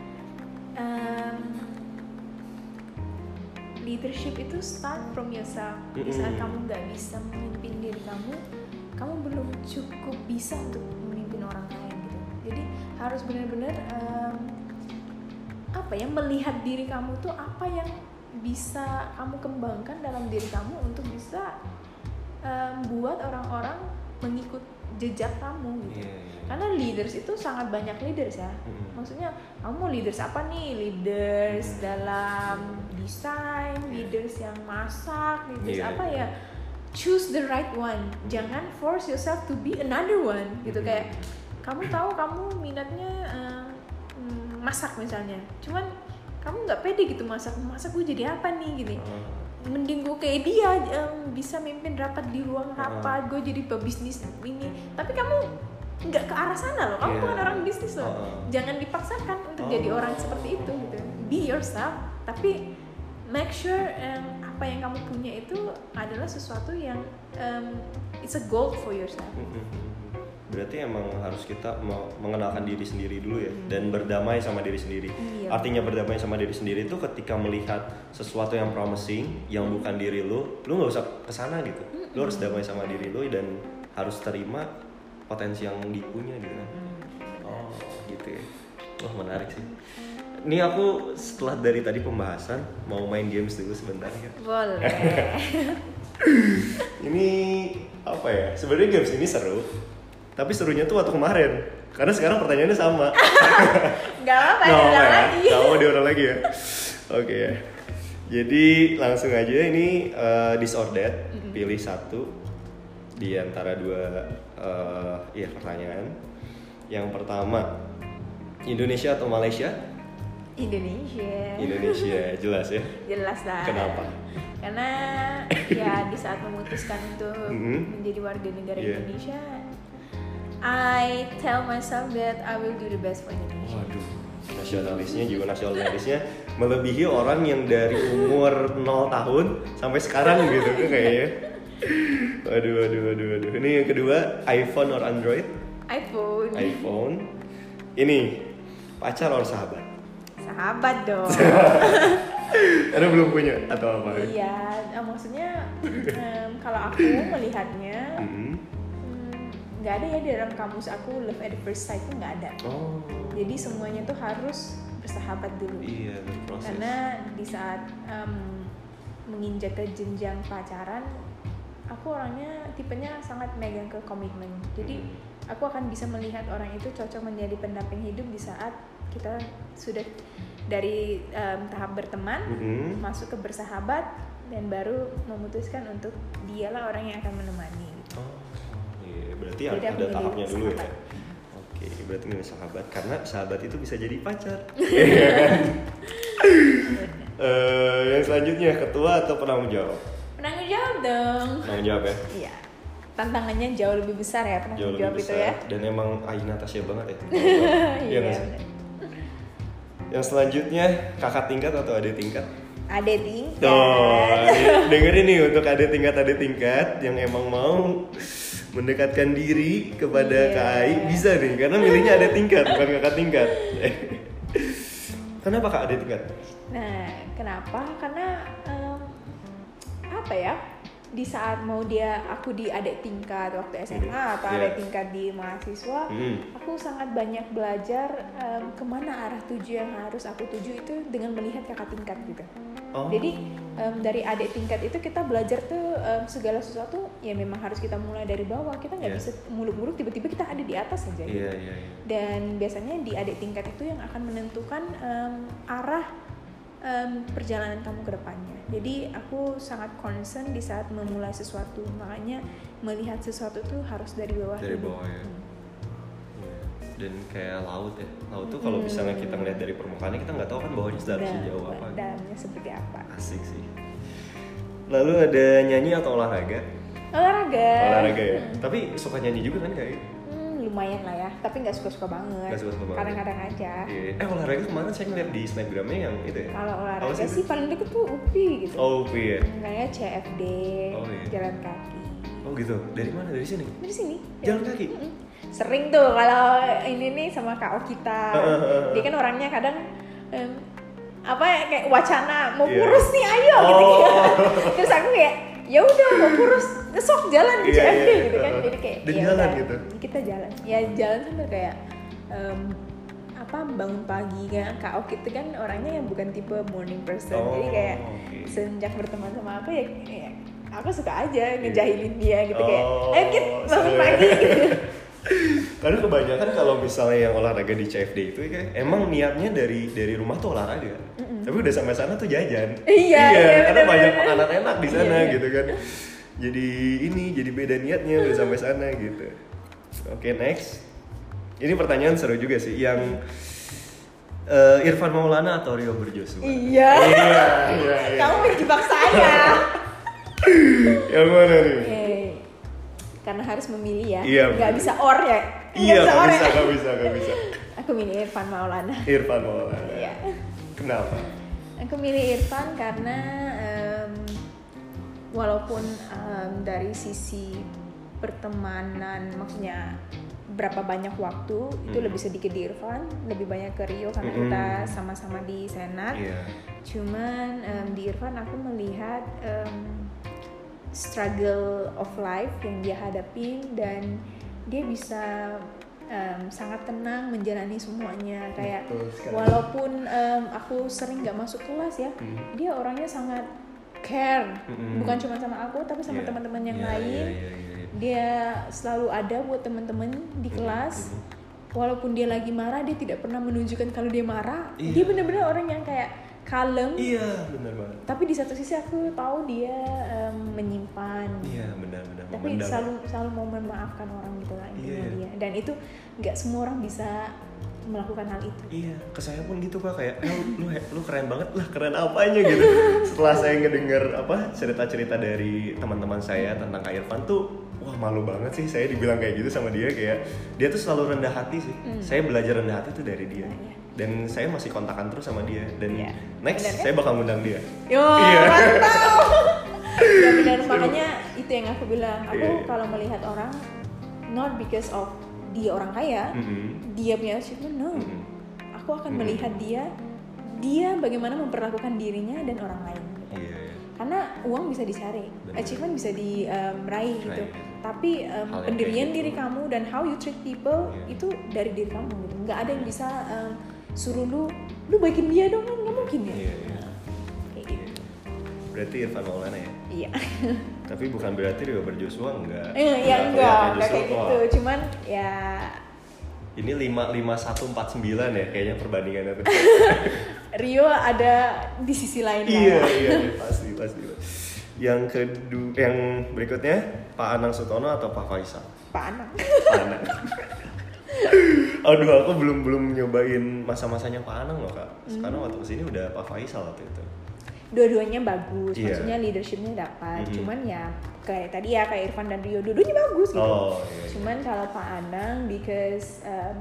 [SPEAKER 2] leadership itu start from yourself. Di saat kamu nggak bisa memimpin diri kamu belum cukup bisa untuk memimpin orang lain gitu. Jadi harus benar-benar melihat diri kamu tuh apa yang bisa kamu kembangkan dalam diri kamu untuk bisa buat orang-orang mengikut jejak kamu gitu. Karena leaders itu sangat banyak leaders ya. Maksudnya kamu mau leaders apa nih? Leaders dalam desain, leaders yang masak, leaders apa ya? Choose the right one. Jangan force yourself to be another one gitu. Kayak kamu tahu kamu minatnya masak misalnya. Cuman kamu nggak pede gitu masak gue jadi apa nih gini. Mending gue kayak dia bisa mimpin rapat di ruang rapat, gue jadi pebisnis ini. Tapi kamu nggak ke arah sana loh, kamu bukan orang bisnis loh. Jangan dipaksakan untuk jadi orang seperti itu gitu. Be yourself, tapi make sure apa yang kamu punya itu adalah sesuatu yang it's a goal for yourself.
[SPEAKER 1] Berarti emang harus kita mengenalkan diri sendiri dulu ya, dan berdamai sama diri sendiri. Artinya berdamai sama diri sendiri itu ketika melihat sesuatu yang promising, yang bukan diri lu nggak usah kesana gitu. Lu harus damai sama diri lu dan harus terima potensi yang dipunya gitu kan. Oh gitu ya. Wah menarik sih. Ini aku setelah dari tadi pembahasan mau main games dulu sebentar ya.
[SPEAKER 2] Boleh.
[SPEAKER 1] Ini apa ya? Sebenarnya games ini seru. Tapi serunya tuh waktu kemarin. Karena sekarang pertanyaannya sama.
[SPEAKER 2] Gak apa-apa, diulang lagi.
[SPEAKER 1] Gak mau diulang lagi ya. Oke ya. Jadi langsung aja ini this or that. Pilih satu di antara dua pertanyaan. Yang pertama, Indonesia atau Malaysia?
[SPEAKER 2] Indonesia
[SPEAKER 1] jelas ya.
[SPEAKER 2] Jelas lah.
[SPEAKER 1] Kenapa?
[SPEAKER 2] Karena ya di saat memutuskan untuk menjadi warga negara Indonesia, I tell myself that I will do the best for Indonesia.
[SPEAKER 1] Waduh, nasionalisnya melebihi orang yang dari umur 0 tahun sampai sekarang gitu kayaknya. Waduh. Ini yang kedua, iPhone or Android?
[SPEAKER 2] iPhone.
[SPEAKER 1] Ini pacar or sahabat?
[SPEAKER 2] Sahabat dong.
[SPEAKER 1] Karena belum punya atau apa?
[SPEAKER 2] Iya, maksudnya kalau aku melihatnya nggak ada ya di dalam kamus aku love at first sight tuh nggak ada. Jadi semuanya tuh harus bersahabat dulu.
[SPEAKER 1] Iya, berproses.
[SPEAKER 2] Karena di saat menginjak ke jenjang pacaran, aku orangnya tipenya sangat megang ke komitmen. Jadi aku akan bisa melihat orang itu cocok menjadi pendamping hidup di saat kita sudah dari tahap berteman masuk ke bersahabat dan baru memutuskan untuk dialah orang yang akan menemani.
[SPEAKER 1] Iya, berarti ada tahapnya dulu ya. Oke, berarti milih sahabat karena sahabat itu bisa jadi pacar. Yang selanjutnya, ketua atau penanggung jawab?
[SPEAKER 2] Penanggung jawab dong.
[SPEAKER 1] Penanggung jawab ya?
[SPEAKER 2] Iya. Tantangannya jauh lebih besar ya penanggung jawab itu ya.
[SPEAKER 1] Dan emang Aina Tasya banget ya.
[SPEAKER 2] Iya.
[SPEAKER 1] Yang selanjutnya, kakak tingkat atau adik tingkat?
[SPEAKER 2] Adik tingkat.
[SPEAKER 1] Dengerin nih untuk adik tingkat yang emang mau mendekatkan diri kepada KAI bisa nih, karena milihnya adik tingkat bukan kakak tingkat. Kenapa kak adik tingkat?
[SPEAKER 2] Nah, kenapa? Karena apa ya? Di saat aku di adik tingkat waktu SMA atau adik tingkat di mahasiswa, aku sangat banyak belajar kemana arah tuju yang harus aku tuju itu dengan melihat kakak tingkat gitu. Jadi dari adik tingkat itu kita belajar tuh segala sesuatu ya memang harus kita mulai dari bawah. Kita nggak bisa muluk-muluk tiba-tiba kita ada di atas aja. Gitu. Dan biasanya di adik tingkat itu yang akan menentukan arah perjalanan kamu ke depannya. Jadi aku sangat concern di saat memulai sesuatu, makanya melihat sesuatu tuh harus dari bawah.
[SPEAKER 1] Dari bawah ya. Dan kayak laut ya. Laut tuh kalau misalnya kita ngeliat dari permukaannya kita nggak tahu kan bawahnya sejauh apa.
[SPEAKER 2] Dalamnya seperti apa.
[SPEAKER 1] Asik sih. Lalu ada nyanyi atau olahraga?
[SPEAKER 2] Olahraga
[SPEAKER 1] ya. Tapi suka nyanyi juga kan kayak?
[SPEAKER 2] Lumayan lah ya, tapi nggak suka-suka banget. Kadang-kadang aja.
[SPEAKER 1] Olahraga kemarin saya ngeliat di snapgramnya yang itu ya.
[SPEAKER 2] Kalau olahraga sih paling deket tuh UPI gitu.
[SPEAKER 1] UPI ya.
[SPEAKER 2] Kayak CFD, jalan kaki.
[SPEAKER 1] Gitu. Dari mana? Dari sini?
[SPEAKER 2] Dari sini.
[SPEAKER 1] Jalan kaki.
[SPEAKER 2] Sering tuh kalau ini nih sama KO kita. Dia kan orangnya kadang kayak wacana mau kurus nih, ayo gitu. Terus aku kayak ya udah mau kurus, sok jalan ke CFD gitu kan. Jadi kayak
[SPEAKER 1] jalan gitu.
[SPEAKER 2] Kita jalan. Ya jalan sambil kayak bangun pagi kan. Kak Oki itu kan orangnya yang bukan tipe morning person. Jadi kayak sejak berteman sama aku ya aku suka aja ngejahilin dia gitu kayak ayo kita bangun pagi gitu.
[SPEAKER 1] Karena kebanyakan kalau misalnya yang olahraga di CFD itu kayak emang niatnya dari rumah tuh olahraga. Tapi udah sampai sana tuh jajan.
[SPEAKER 2] Iya,
[SPEAKER 1] karena banyak makanan enak di sana gitu kan. Jadi beda niatnya udah sampai sana gitu. Oke, next. Ini pertanyaan seru juga sih, yang Irfan Maulana atau Rio Berjoshua?
[SPEAKER 2] Iya. Kamu menjebak saya.
[SPEAKER 1] Yang mana nih?
[SPEAKER 2] Karena harus memilih ya.
[SPEAKER 1] Iya,
[SPEAKER 2] nggak bisa or ya.
[SPEAKER 1] Nggak bisa.
[SPEAKER 2] Aku milih Irfan Maulana. Iya.
[SPEAKER 1] Kenapa?
[SPEAKER 2] Aku milih Irfan karena walaupun dari sisi pertemanan, maksudnya berapa banyak waktu itu lebih sedikit di Irfan, lebih banyak ke Rio karena kita sama-sama di Senat. Cuman di Irfan aku melihat struggle of life yang dia hadapin dan dia bisa sangat tenang menjalani semuanya. Kayak walaupun aku sering nggak masuk kelas ya, dia orangnya sangat care, bukan cuma sama aku tapi sama teman-teman yang lain. Dia selalu ada buat teman-teman di kelas. Walaupun dia lagi marah, dia tidak pernah menunjukkan kalau dia marah. Dia benar-benar orang yang kayak kalem.
[SPEAKER 1] Iya, benar banget.
[SPEAKER 2] Tapi di satu sisi aku tahu dia menyimpan.
[SPEAKER 1] Iya, benar.
[SPEAKER 2] Tapi selalu mau memaafkan orang gitu lah intinya dia. Dan itu nggak semua orang bisa melakukan hal itu.
[SPEAKER 1] Iya, ke saya pun gitu Pak, kayak lu keren banget lah, keren apanya gitu. Setelah saya ngedenger cerita-cerita dari teman-teman saya tentang Kak Irfan tuh, wah malu banget sih saya dibilang kayak gitu sama dia, kayak dia tuh selalu rendah hati sih. Saya belajar rendah hati tuh dari dia. Dan saya masih kontakan terus sama dia, dan next bener, saya bakal ngundang dia.
[SPEAKER 2] Yo, mantap. Ya benar, makanya itu yang aku bilang. Aku kalau melihat orang, not because of dia orang kaya, dia punya achievement, no. Aku akan melihat dia bagaimana memperlakukan dirinya dan orang lain. Karena uang bisa dicari, achievement bisa diraih gitu. Tapi pendirian diri kamu dan how you treat people itu dari diri kamu gitu. Nggak ada yang bisa suruh lu baikin dia dong, kan nggak mungkin ya. Kayak gitu.
[SPEAKER 1] Berarti Irfan Maulana ya?
[SPEAKER 2] Iya.
[SPEAKER 1] Tapi bukan berarti Rio Berjoshua enggak.
[SPEAKER 2] Enggak kayak gitu. Cuman ya
[SPEAKER 1] ini 5-1-4-9 ya kayaknya perbandingannya tuh.
[SPEAKER 2] Rio ada di sisi lain.
[SPEAKER 1] Iya, pasti. Yang berikutnya Pak Anang Sutono atau Pak Faisal?
[SPEAKER 2] Pak Anang.
[SPEAKER 1] Aduh, aku belum nyobain masa-masanya Pak Anang loh Kak. Sekarang waktu kesini udah Pak Faisal waktu itu.
[SPEAKER 2] Dua-duanya bagus, maksudnya leadershipnya dapat. Cuman ya kayak tadi ya kayak Irfan dan Rio, dua-duanya bagus gitu. Cuman kalau Pak Anang because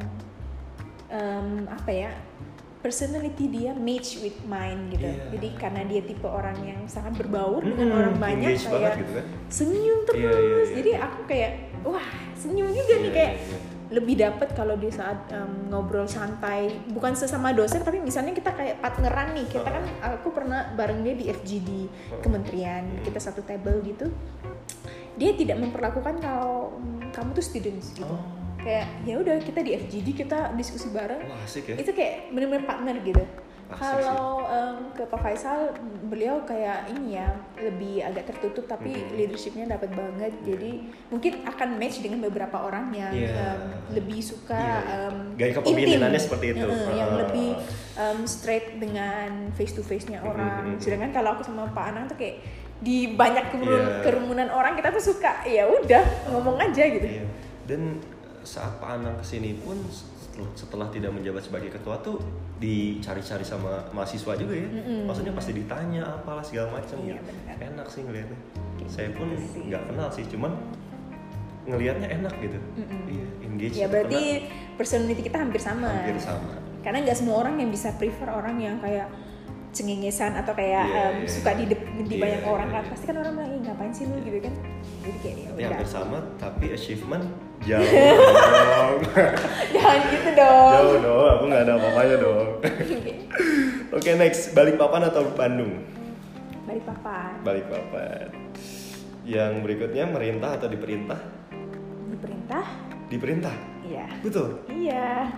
[SPEAKER 2] personality dia match with mine gitu. Jadi karena dia tipe orang yang sangat berbaur dengan orang banyak, kayak
[SPEAKER 1] gitu kan?
[SPEAKER 2] senyum terus. Jadi aku kayak wah senyum juga nih kayak. Lebih dapat kalau di saat ngobrol santai, bukan sesama dosen tapi misalnya kita kayak partneran nih, kita kan aku pernah bareng dia di FGD kementerian, kita satu table gitu. Dia tidak memperlakukan kalau kamu tuh students gitu. Kayak ya udah kita di FGD kita diskusi bareng.
[SPEAKER 1] Wah, asik ya.
[SPEAKER 2] Itu kayak benar-benar partner gitu. Kalau ke Pak Faisal, beliau kayak ini ya lebih agak tertutup tapi leadershipnya dapat banget. Jadi mungkin akan match dengan beberapa orang yang lebih suka
[SPEAKER 1] gaya kepemimpinannya seperti itu,
[SPEAKER 2] yang lebih straight dengan face to face-nya orang. Sedangkan kalau aku sama Pak Anang tuh kayak di banyak kerumunan orang kita tuh suka ya udah ngomong aja gitu.
[SPEAKER 1] Dan saat Pak Anang kesini pun setelah tidak menjabat sebagai ketua tuh dicari-cari sama mahasiswa juga ya. Maksudnya pasti ditanya apalah segala macam gitu. Enak sih ngelihatnya. Saya pun nggak kenal sih, cuman ngelihatnya enak gitu. Engage.
[SPEAKER 2] Ya berarti personality kita hampir sama. Karena nggak semua orang yang bisa prefer orang yang kayak cengengesan atau kayak suka di banyak orang kan. Pasti kan orang bilang ngapain sih lu gitu kan. Jadi kayak
[SPEAKER 1] ya hampir sama tapi achievement jauh dong.
[SPEAKER 2] Jangan gitu dong.
[SPEAKER 1] Jauh dong, aku nggak ada apa-apanya dong. Oke, next, Balikpapan atau Bandung? Balikpapan. Yang berikutnya merintah atau diperintah? Diperintah?
[SPEAKER 2] Iya.
[SPEAKER 1] Betul?
[SPEAKER 2] Iya.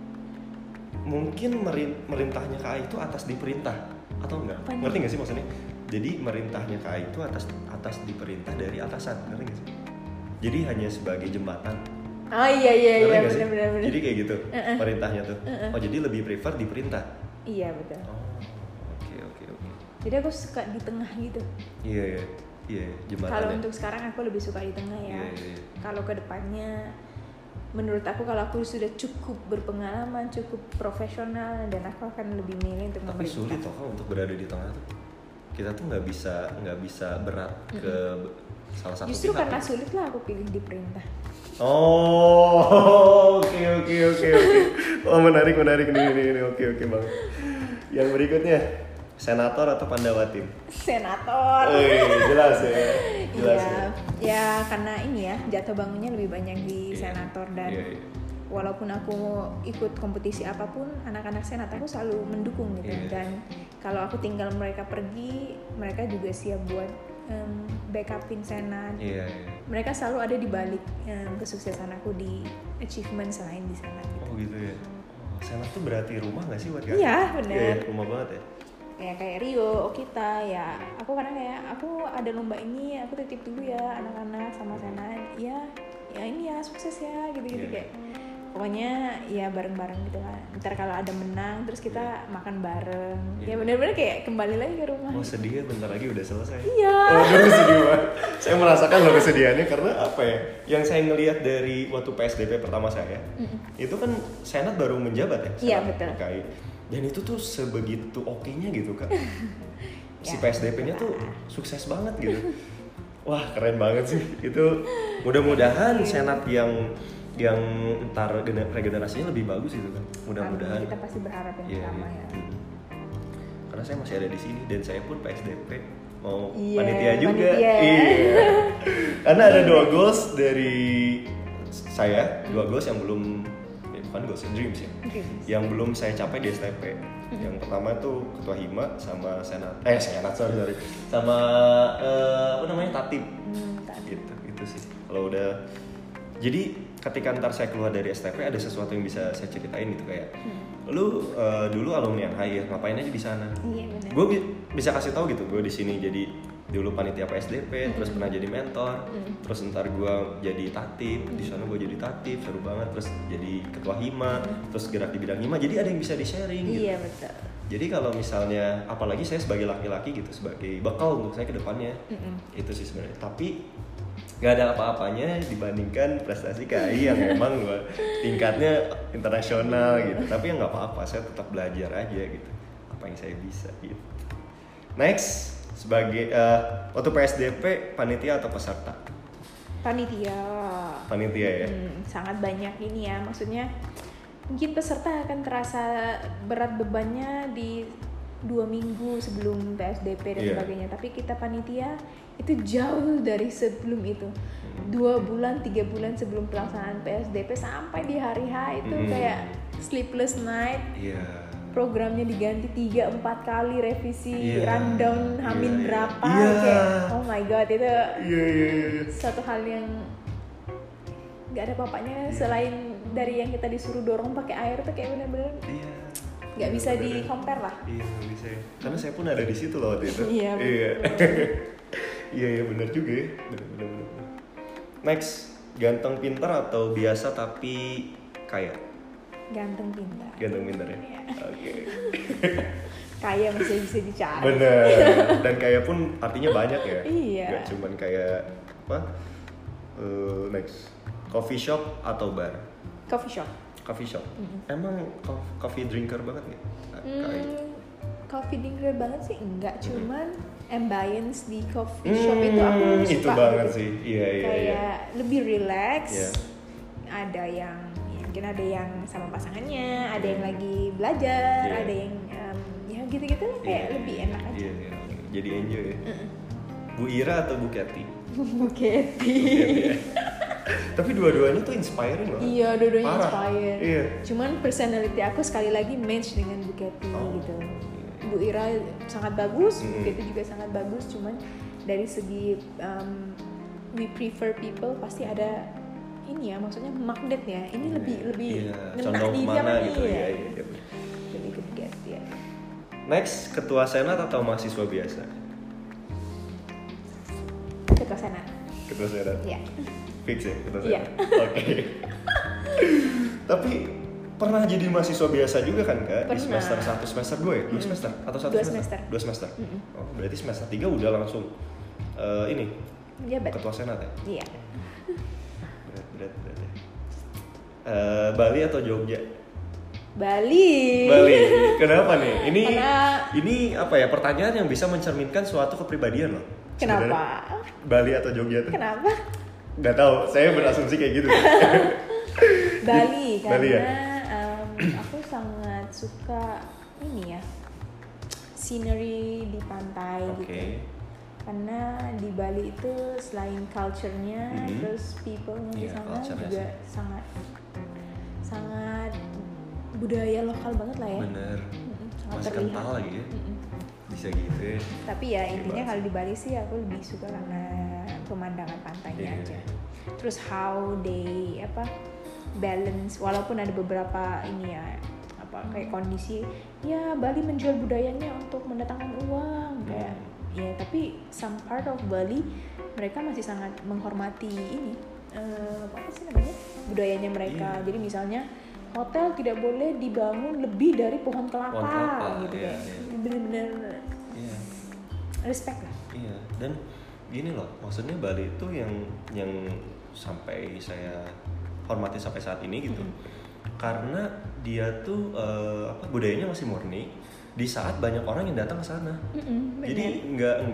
[SPEAKER 1] Mungkin merintahnya KAI itu atas diperintah atau enggak? Ngerti nggak sih maksudnya? Jadi merintahnya KAI itu atas diperintah dari atasan, ngerti nggak sih? Jadi hanya sebagai jembatan.
[SPEAKER 2] Oh iya benar.
[SPEAKER 1] Jadi kayak gitu perintahnya tuh. Oh jadi lebih prefer diperintah.
[SPEAKER 2] Iya betul.
[SPEAKER 1] Oke.
[SPEAKER 2] Jadi aku suka di tengah gitu.
[SPEAKER 1] Iya jembatan.
[SPEAKER 2] Kalau untuk sekarang aku lebih suka di tengah ya. Kalau kedepannya menurut aku kalau aku sudah cukup berpengalaman, cukup profesional dan aku akan lebih milih untuk
[SPEAKER 1] tapi sulit toh untuk berada di tengah tuh. Kita tuh nggak bisa berat ke salah satu
[SPEAKER 2] justru
[SPEAKER 1] pihak.
[SPEAKER 2] Karena sulit lah aku pilih diperintah.
[SPEAKER 1] Oke. Oh menarik ini. Oke banget. Yang berikutnya, senator atau Pandawatim?
[SPEAKER 2] Senator.
[SPEAKER 1] Jelas ya.
[SPEAKER 2] Ya karena ini ya jatuh bangunnya lebih banyak di senator dan walaupun aku ikut kompetisi apapun, anak-anak senat aku selalu mendukung gitu. Dan kalau aku tinggal mereka pergi, mereka juga siap buat backupin senat. Mereka selalu ada di balik kesuksesan aku di achievement selain di senat gitu.
[SPEAKER 1] Oh gitu ya. Senat tuh berarti rumah nggak sih buat kalian?
[SPEAKER 2] Iya benar.
[SPEAKER 1] Iya, rumah banget ya.
[SPEAKER 2] Kayak Rio, Okita ya. Aku kadang kayak aku ada lomba ini, aku titip dulu ya anak-anak sama senat. Ya ini ya sukses ya gitu-gitu kayak. pokoknya ya bareng-bareng gitu lah. Ntar kalau ada menang terus kita makan bareng. Ya benar-benar kayak kembali lagi ke rumah.
[SPEAKER 1] Oh sedih ya, bentar lagi udah selesai.
[SPEAKER 2] Iya.
[SPEAKER 1] Aduh sedih banget. Saya merasakan loh kesedihannya karena apa ya? Yang saya ngelihat dari waktu PSDP pertama saya, itu kan Senat baru menjabat ya.
[SPEAKER 2] Iya betul.
[SPEAKER 1] DKI. Dan itu tuh sebegitu oke-nya gitu Kak. Si
[SPEAKER 2] Ya,
[SPEAKER 1] PSDP-nya tuh sukses banget gitu. Wah keren banget sih. Itu mudah-mudahan Senat yang ntar regenerasinya lebih bagus gitu kan. Mudah-mudahan.
[SPEAKER 2] Kita pasti berharap yang sama ya.
[SPEAKER 1] Karena saya masih ada di sini dan saya pun PSDP mau
[SPEAKER 2] Iya,
[SPEAKER 1] panitia juga.
[SPEAKER 2] panitia.
[SPEAKER 1] Iya. Karena ada 2 goals dari saya, 2 goals yang belum bukan goals, dreams ya. Yang belum saya capai di STP. Yang pertama tuh ketua hima sama senat. Sorry. Sama apa namanya? Tatib. Gitu. Itu sih. Kalau udah jadi ketika ntar saya keluar dari STP ada sesuatu yang bisa saya ceritain gitu kayak lu dulu alumni Anhai ya, ngapain aja di sana?
[SPEAKER 2] Iya benar.
[SPEAKER 1] Gue bisa kasih tahu gitu, gue di sini jadi dulu panitia PSDP, terus pernah jadi mentor, terus ntar gue jadi tatib, di sana gue jadi tatib, seru banget, terus jadi ketua hima, terus gerak di bidang hima, jadi ada yang bisa di sharing gitu.
[SPEAKER 2] Iya betul.
[SPEAKER 1] Jadi kalau misalnya, apalagi saya sebagai laki-laki gitu, sebagai bekal untuk saya ke depannya, itu sih sebenarnya. Tapi nggak ada apa-apanya dibandingkan prestasi KAI yang memang tingkatnya internasional gitu. Tapi ya nggak apa-apa, saya tetap belajar aja gitu, apa yang saya bisa gitu. Next, sebagai waktu PSDP panitia atau peserta? Panitia ya.
[SPEAKER 2] Sangat banyak ini ya, maksudnya mungkin peserta akan terasa berat bebannya di 2 minggu sebelum PSDP dan sebagainya, tapi kita panitia itu jauh dari sebelum itu. 2 bulan, 3 bulan sebelum pelaksanaan PSDP sampai di hari H itu kayak sleepless night. Programnya diganti 3-4 kali revisi, rundown Hamin berapa kayak oh my god, itu satu hal yang nggak ada papanya selain dari yang kita disuruh dorong pakai air tuh kayak bener-bener nggak bisa di compare lah.
[SPEAKER 1] Iya nggak bisa ya. Karena saya pun ada di situ loh waktu itu.
[SPEAKER 2] Iya.
[SPEAKER 1] Iya benar juga ya. Benar. Next, ganteng pintar atau biasa tapi kaya?
[SPEAKER 2] Ganteng pintar.
[SPEAKER 1] Ganteng pintar ya. Oke.
[SPEAKER 2] Kaya masih bisa dicari.
[SPEAKER 1] Bener. Dan kaya pun artinya banyak ya.
[SPEAKER 2] Iya.
[SPEAKER 1] Gak cuman kayak apa? Next, coffee shop atau bar?
[SPEAKER 2] Coffee shop.
[SPEAKER 1] Emang coffee drinker banget nih?
[SPEAKER 2] Coffee drinker banget sih enggak, cuman ambience di coffee shop itu aku suka.
[SPEAKER 1] Itu banget gitu. Sih, iya.
[SPEAKER 2] Kayak lebih relax. Ada yang mungkin ada yang sama pasangannya, ada yang lagi belajar, ada yang ya gitu-gitu kayak lebih enak aja.
[SPEAKER 1] Iya. Jadi enjoy ya. Bu Ira atau Bu Kety?
[SPEAKER 2] Bu Kety.
[SPEAKER 1] Tapi dua-duanya tuh inspiring loh.
[SPEAKER 2] Iya, dua-duanya inspire.
[SPEAKER 1] Iya.
[SPEAKER 2] Cuman personality aku sekali lagi match dengan Bu Kety gitu. Bu Ira sangat bagus, Bu Kety juga sangat bagus. Cuman dari segi we prefer people pasti ada ini ya, maksudnya magnet ya. Ini lebih ngena di dia
[SPEAKER 1] gitu ya.
[SPEAKER 2] Lebih ke Bu Kety ya.
[SPEAKER 1] Next, ketua senat atau mahasiswa biasa?
[SPEAKER 2] Ketua senat.
[SPEAKER 1] Ketua senat.
[SPEAKER 2] Iya.
[SPEAKER 1] Fix ya ketua
[SPEAKER 2] senat. Iya.
[SPEAKER 1] Oke. Tapi pernah jadi mahasiswa biasa juga kan Kak? Di semester 1, semester 2 ya? 2 semester? Atau 1 semester? 2 semester. Oh, berarti semester 3 udah langsung ini? Ketua senat ya?
[SPEAKER 2] Iya.
[SPEAKER 1] Berat ya. Bali atau Jogja?
[SPEAKER 2] Bali.
[SPEAKER 1] Kenapa nih? Ini apa ya? Pertanyaan yang bisa mencerminkan suatu kepribadian loh.
[SPEAKER 2] Kenapa?
[SPEAKER 1] Sebenarnya, Bali atau Jogja tuh?
[SPEAKER 2] Kenapa?
[SPEAKER 1] Gak tahu. Saya berasumsi kayak gitu.
[SPEAKER 2] Bali karena
[SPEAKER 1] Bali ya?
[SPEAKER 2] aku sangat suka ini ya, scenery di pantai gitu. Karena di Bali itu selain culture-nya, terus people-nya di sana juga sangat budaya lokal banget lah ya.
[SPEAKER 1] Bener.
[SPEAKER 2] Sangat
[SPEAKER 1] masih
[SPEAKER 2] terlihat.
[SPEAKER 1] kental lagi ya. Bisa gitu ya.
[SPEAKER 2] Tapi ya intinya kalau di Bali sih aku lebih suka karena pemandangan pantainya aja. Terus how they balance, walaupun ada beberapa ini ya kayak kondisi ya Bali menjual budayanya untuk mendatangkan uang kayak ya, tapi some part of Bali mereka masih sangat menghormati ini apa sih namanya, budayanya mereka. Jadi misalnya hotel tidak boleh dibangun lebih dari pohon kelapa gitu ya. Bener-bener respect lah.
[SPEAKER 1] Iya, dan gini loh, maksudnya Bali itu yang sampai saya hormati sampai saat ini gitu. Karena dia tuh budayanya masih murni di saat banyak orang yang datang ke sana. Jadi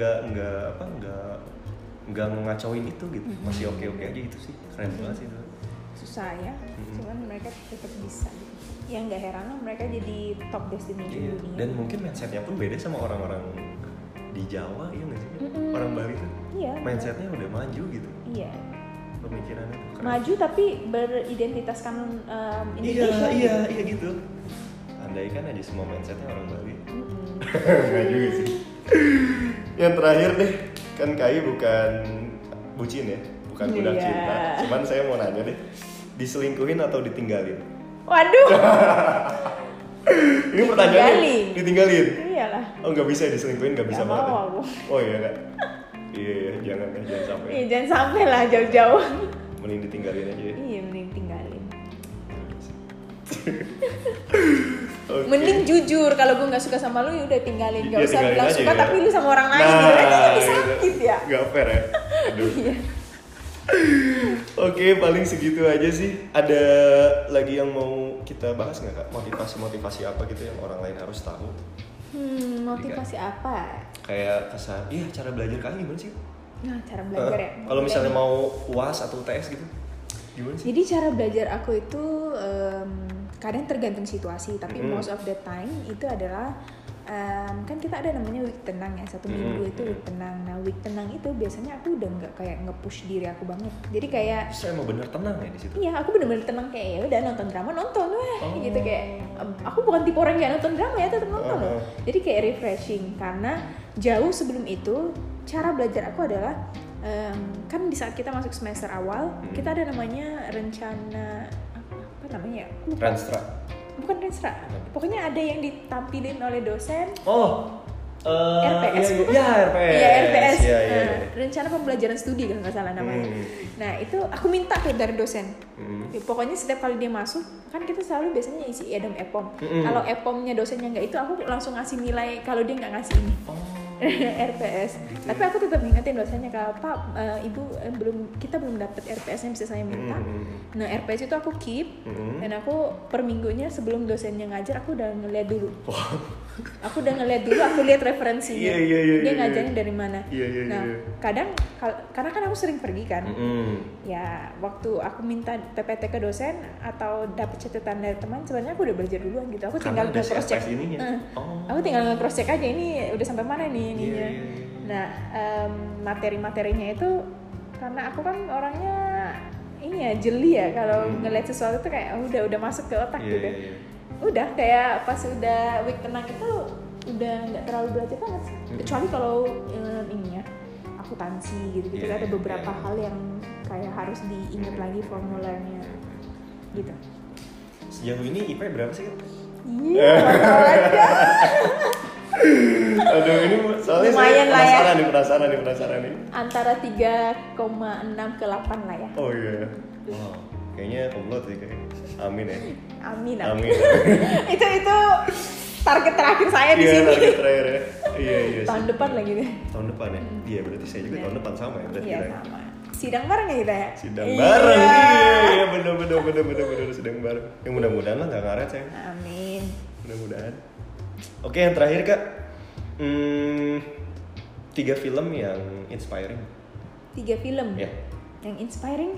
[SPEAKER 1] nggak ngacauin itu gitu. Masih oke aja gitu sih. Keren banget sih itu.
[SPEAKER 2] Susah ya, cuman mereka tetap bisa. Ya nggak heran lah mereka jadi top destination dunia.
[SPEAKER 1] Dan mungkin mindsetnya pun beda sama orang-orang di Jawa, iya nggak sih? Orang Bali tuh mindsetnya udah maju gitu.
[SPEAKER 2] Iya.
[SPEAKER 1] Pemikirannya tuh keren.
[SPEAKER 2] Maju tapi beridentitaskan Indonesia.
[SPEAKER 1] Iya gitu. Andaikan aja semua mindsetnya orang Bali. Nggak juga sih. Yang terakhir deh, kan Kai bukan bucin ya, bukan budak cinta. Cuman saya mau nanya deh, diselingkuhin atau ditinggalin?
[SPEAKER 2] Waduh.
[SPEAKER 1] Ini pertanyaannya ditinggalin.
[SPEAKER 2] Iyalah.
[SPEAKER 1] Oh nggak bisa diselingkuhin, nggak bisa banget.
[SPEAKER 2] Mau aku.
[SPEAKER 1] Oh iya kan. Iya jangan sampai.
[SPEAKER 2] Iya jangan sampai lah jauh-jauh.
[SPEAKER 1] Mending ditinggalin aja.
[SPEAKER 2] Iya mending tinggalin.
[SPEAKER 1] Okay.
[SPEAKER 2] Mending jujur, kalau gue nggak suka sama lu ya udah tinggalin, nggak usah bilang suka
[SPEAKER 1] ya.
[SPEAKER 2] Tapi lu sama orang lain gitu kan lebih sakit ya.
[SPEAKER 1] Nggak fair ya. Aduh.
[SPEAKER 2] Iya.
[SPEAKER 1] Oke, paling segitu aja sih. Ada lagi yang mau kita bahas nggak Kak? Motivasi apa gitu yang orang lain harus tahu?
[SPEAKER 2] Motivasi apa?
[SPEAKER 1] Kayak kesan, cara belajar kalian gimana sih?
[SPEAKER 2] Nah, cara belajar ya.
[SPEAKER 1] Kalau misalnya mau UAS atau UTS gitu, gimana sih?
[SPEAKER 2] Jadi cara belajar aku itu kadang tergantung situasi, tapi most of the time itu adalah kan kita ada namanya week tenang ya, 1 minggu itu week tenang. Nah week tenang itu biasanya aku udah nggak kayak nge-push diri aku banget. Jadi kayak
[SPEAKER 1] saya mau bener tenang ya di situ.
[SPEAKER 2] Iya, aku bener-bener tenang kayak ya udah nonton drama nonton gitu kayak aku bukan tipe orang yang nonton drama ya, tetap nonton loh. Jadi kayak refreshing karena jauh sebelum itu cara belajar aku adalah kan di saat kita masuk semester awal kita ada namanya rencana apa namanya?
[SPEAKER 1] Renstra.
[SPEAKER 2] Bukan Renstra. Pokoknya ada yang ditampilin oleh dosen.
[SPEAKER 1] RPS
[SPEAKER 2] bukan?
[SPEAKER 1] Iya, RPS.
[SPEAKER 2] Iya, RPS.
[SPEAKER 1] Iya.
[SPEAKER 2] Rencana pembelajaran studi kalau nggak salah namanya. Nah, itu aku minta tuh dari dosen. Pokoknya setiap kali dia masuk, kan kita selalu biasanya isi EDOM EPOM. Kalau EPOM-nya dosennya nggak itu, aku langsung ngasih nilai kalau dia nggak ngasih ini. RPS. Gitu. Tapi aku tetap ngingetin dosennya kalau Pak, Ibu kita belum dapat RPS yang bisa saya minta. Nah, RPS itu aku keep dan aku per minggunya sebelum dosennya ngajar aku udah ngeliat dulu. Aku udah ngeliat dulu, aku lihat referensinya. Dia ngajarin dari mana. Nah, kadang karena kan aku sering pergi kan. Ya, waktu aku minta PPT ke dosen atau dapat catatan dari teman, sebenarnya aku udah belajar duluan gitu. Aku tinggal nge-cross check. Aku tinggal nge-cross check aja ini udah sampai mana nih ininya. Nah, materi-materinya itu karena aku kan orangnya ini ya jeli ya, kalau ngeliat sesuatu tuh kayak udah masuk ke otak gitu. Udah kayak pas udah week tenang itu udah nggak terlalu belajar banget sih. Kecuali kalau ininya akuntansi gitu-gitu ada beberapa hal yang kayak harus diingat lagi formularnya gitu.
[SPEAKER 1] Sejauh ini IP berapa sih?
[SPEAKER 2] Iya, aja.
[SPEAKER 1] Aduh, ini soalnya
[SPEAKER 2] lumayan
[SPEAKER 1] saya penasaran nih.
[SPEAKER 2] Antara 3,6 ke 8 lah ya.
[SPEAKER 1] Oh iya. Wow, kayaknya komplot sih kayak. Amin ya.
[SPEAKER 2] Amin. itu target terakhir saya di sini.
[SPEAKER 1] Target terakhir ya. Iya.
[SPEAKER 2] Tahun depan lagi deh.
[SPEAKER 1] Tahun depan ya. Iya, berarti saya juga tahun depan sama ya berarti.
[SPEAKER 2] Iya, sama. Sidang bareng ya kita ya?
[SPEAKER 1] Sidang bareng. Iya, bener sidang bareng. Yang mudah-mudahan lah enggak ngaret saya.
[SPEAKER 2] Amin.
[SPEAKER 1] Mudah-mudahan. Oke, yang terakhir Kak. 3 film yang inspiring.
[SPEAKER 2] 3 film?
[SPEAKER 1] Ya.
[SPEAKER 2] Yang inspiring?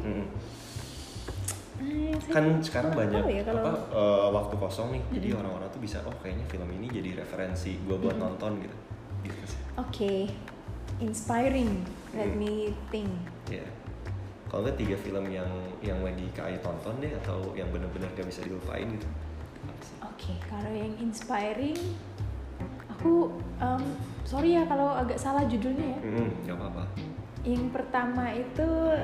[SPEAKER 1] Kan sekarang banyak
[SPEAKER 2] ya,
[SPEAKER 1] waktu kosong nih, jadi orang-orang tuh bisa kayaknya film ini jadi referensi gue buat nonton gitu.
[SPEAKER 2] Oke. Inspiring. Let me think.
[SPEAKER 1] Ya. Kalau nggak 3 film yang lagi Kak tonton deh atau yang benar-benar gak bisa dilupain gitu.
[SPEAKER 2] Oke, kalau yang inspiring, aku sorry ya kalau agak salah judulnya ya.
[SPEAKER 1] Gak apa-apa.
[SPEAKER 2] Yang pertama itu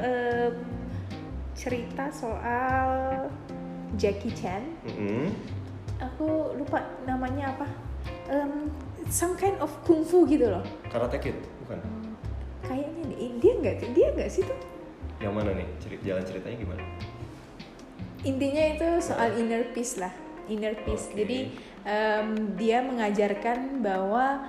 [SPEAKER 2] cerita soal Jackie Chan. Aku lupa namanya apa. Some kind of kungfu gitu loh.
[SPEAKER 1] Karate Kid bukan?
[SPEAKER 2] Kayaknya dia nggak sih tuh.
[SPEAKER 1] Yang mana nih? Jalan ceritanya gimana?
[SPEAKER 2] Intinya itu soal inner peace lah, inner peace.
[SPEAKER 1] Okay.
[SPEAKER 2] Jadi dia mengajarkan bahwa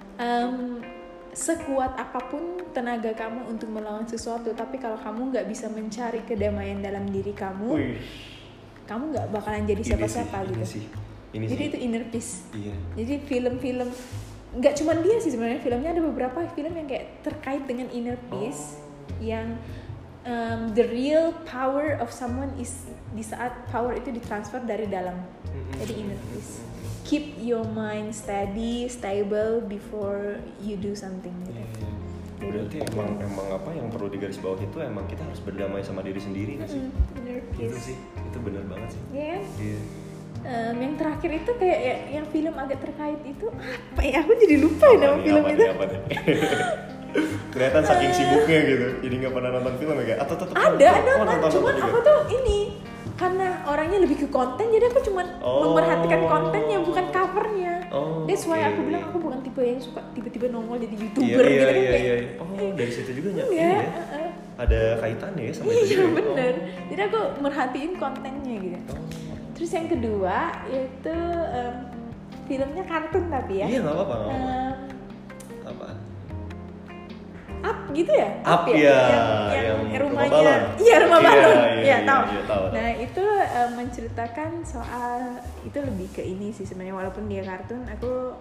[SPEAKER 2] sekuat apapun tenaga kamu untuk melawan sesuatu, tapi kalau kamu nggak bisa mencari kedamaian dalam diri kamu, kamu nggak bakalan jadi siapa-siapa gitu. Jadi itu inner peace.
[SPEAKER 1] Iya.
[SPEAKER 2] Jadi film-film nggak cuma dia sih sebenarnya, filmnya ada beberapa film yang kayak terkait dengan inner peace, yang the real power of someone is di saat power itu ditransfer dari dalam. Jadi inner peace. Keep your mind steady, stable before you do something gitu.
[SPEAKER 1] Berarti emang apa yang perlu digarisbawahi itu emang kita harus berdamai sama diri sendiri nggak sih?
[SPEAKER 2] Inner peace.
[SPEAKER 1] Itu sih, itu benar banget sih.
[SPEAKER 2] Iya.
[SPEAKER 1] Iya.
[SPEAKER 2] Yang terakhir itu kayak yang film agak terkait itu apa ya? Aku jadi lupa nama film itu.
[SPEAKER 1] Kelihatan saking sibuknya gitu, jadi nggak pernah nonton film ya? Atau tetap
[SPEAKER 2] ada nonton, cuman aku tuh ini karena orangnya lebih ke konten, jadi aku cuma memperhatikan kontennya bukan covernya. That's why aku bilang aku bukan tipe yang suka tiba-tiba nongol jadi YouTuber gitu kan kayak.
[SPEAKER 1] Dari situ juga ya. Ada kaitannya ya sama itu.
[SPEAKER 2] Iya bener. Jadi aku merhatiin kontennya gitu. Terus yang kedua yaitu filmnya kartun tapi ya.
[SPEAKER 1] Iya nggak apa-apa. Apa?
[SPEAKER 2] Up gitu ya?
[SPEAKER 1] Up ya.
[SPEAKER 2] Yang rumahnya. Iya rumah balon. Iya tahu. Nah itu menceritakan soal itu lebih ke ini sih sebenarnya, walaupun dia kartun, aku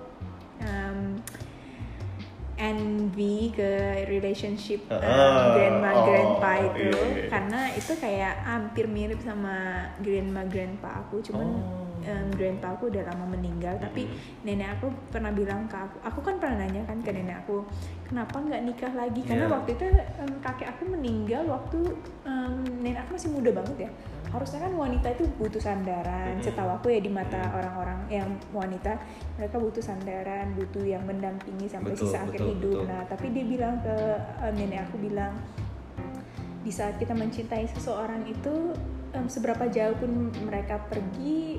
[SPEAKER 2] envy ke relationship grandma grandpa itu, karena itu kayak hampir mirip sama grandma grandpa aku, cuman grandpa aku udah lama meninggal, tapi nenek aku pernah bilang ke aku kan pernah nanya kan ke nenek aku, kenapa nggak nikah lagi? Karena waktu itu kakek aku meninggal waktu nenek aku masih muda banget ya. Harusnya kan wanita itu butuh sandaran, setahu aku ya di mata orang-orang yang wanita, mereka butuh sandaran, butuh yang mendampingi sampai sisa akhir hidup. Nah tapi dia bilang ke nenek aku bilang, di saat kita mencintai seseorang itu seberapa jauh pun mereka pergi,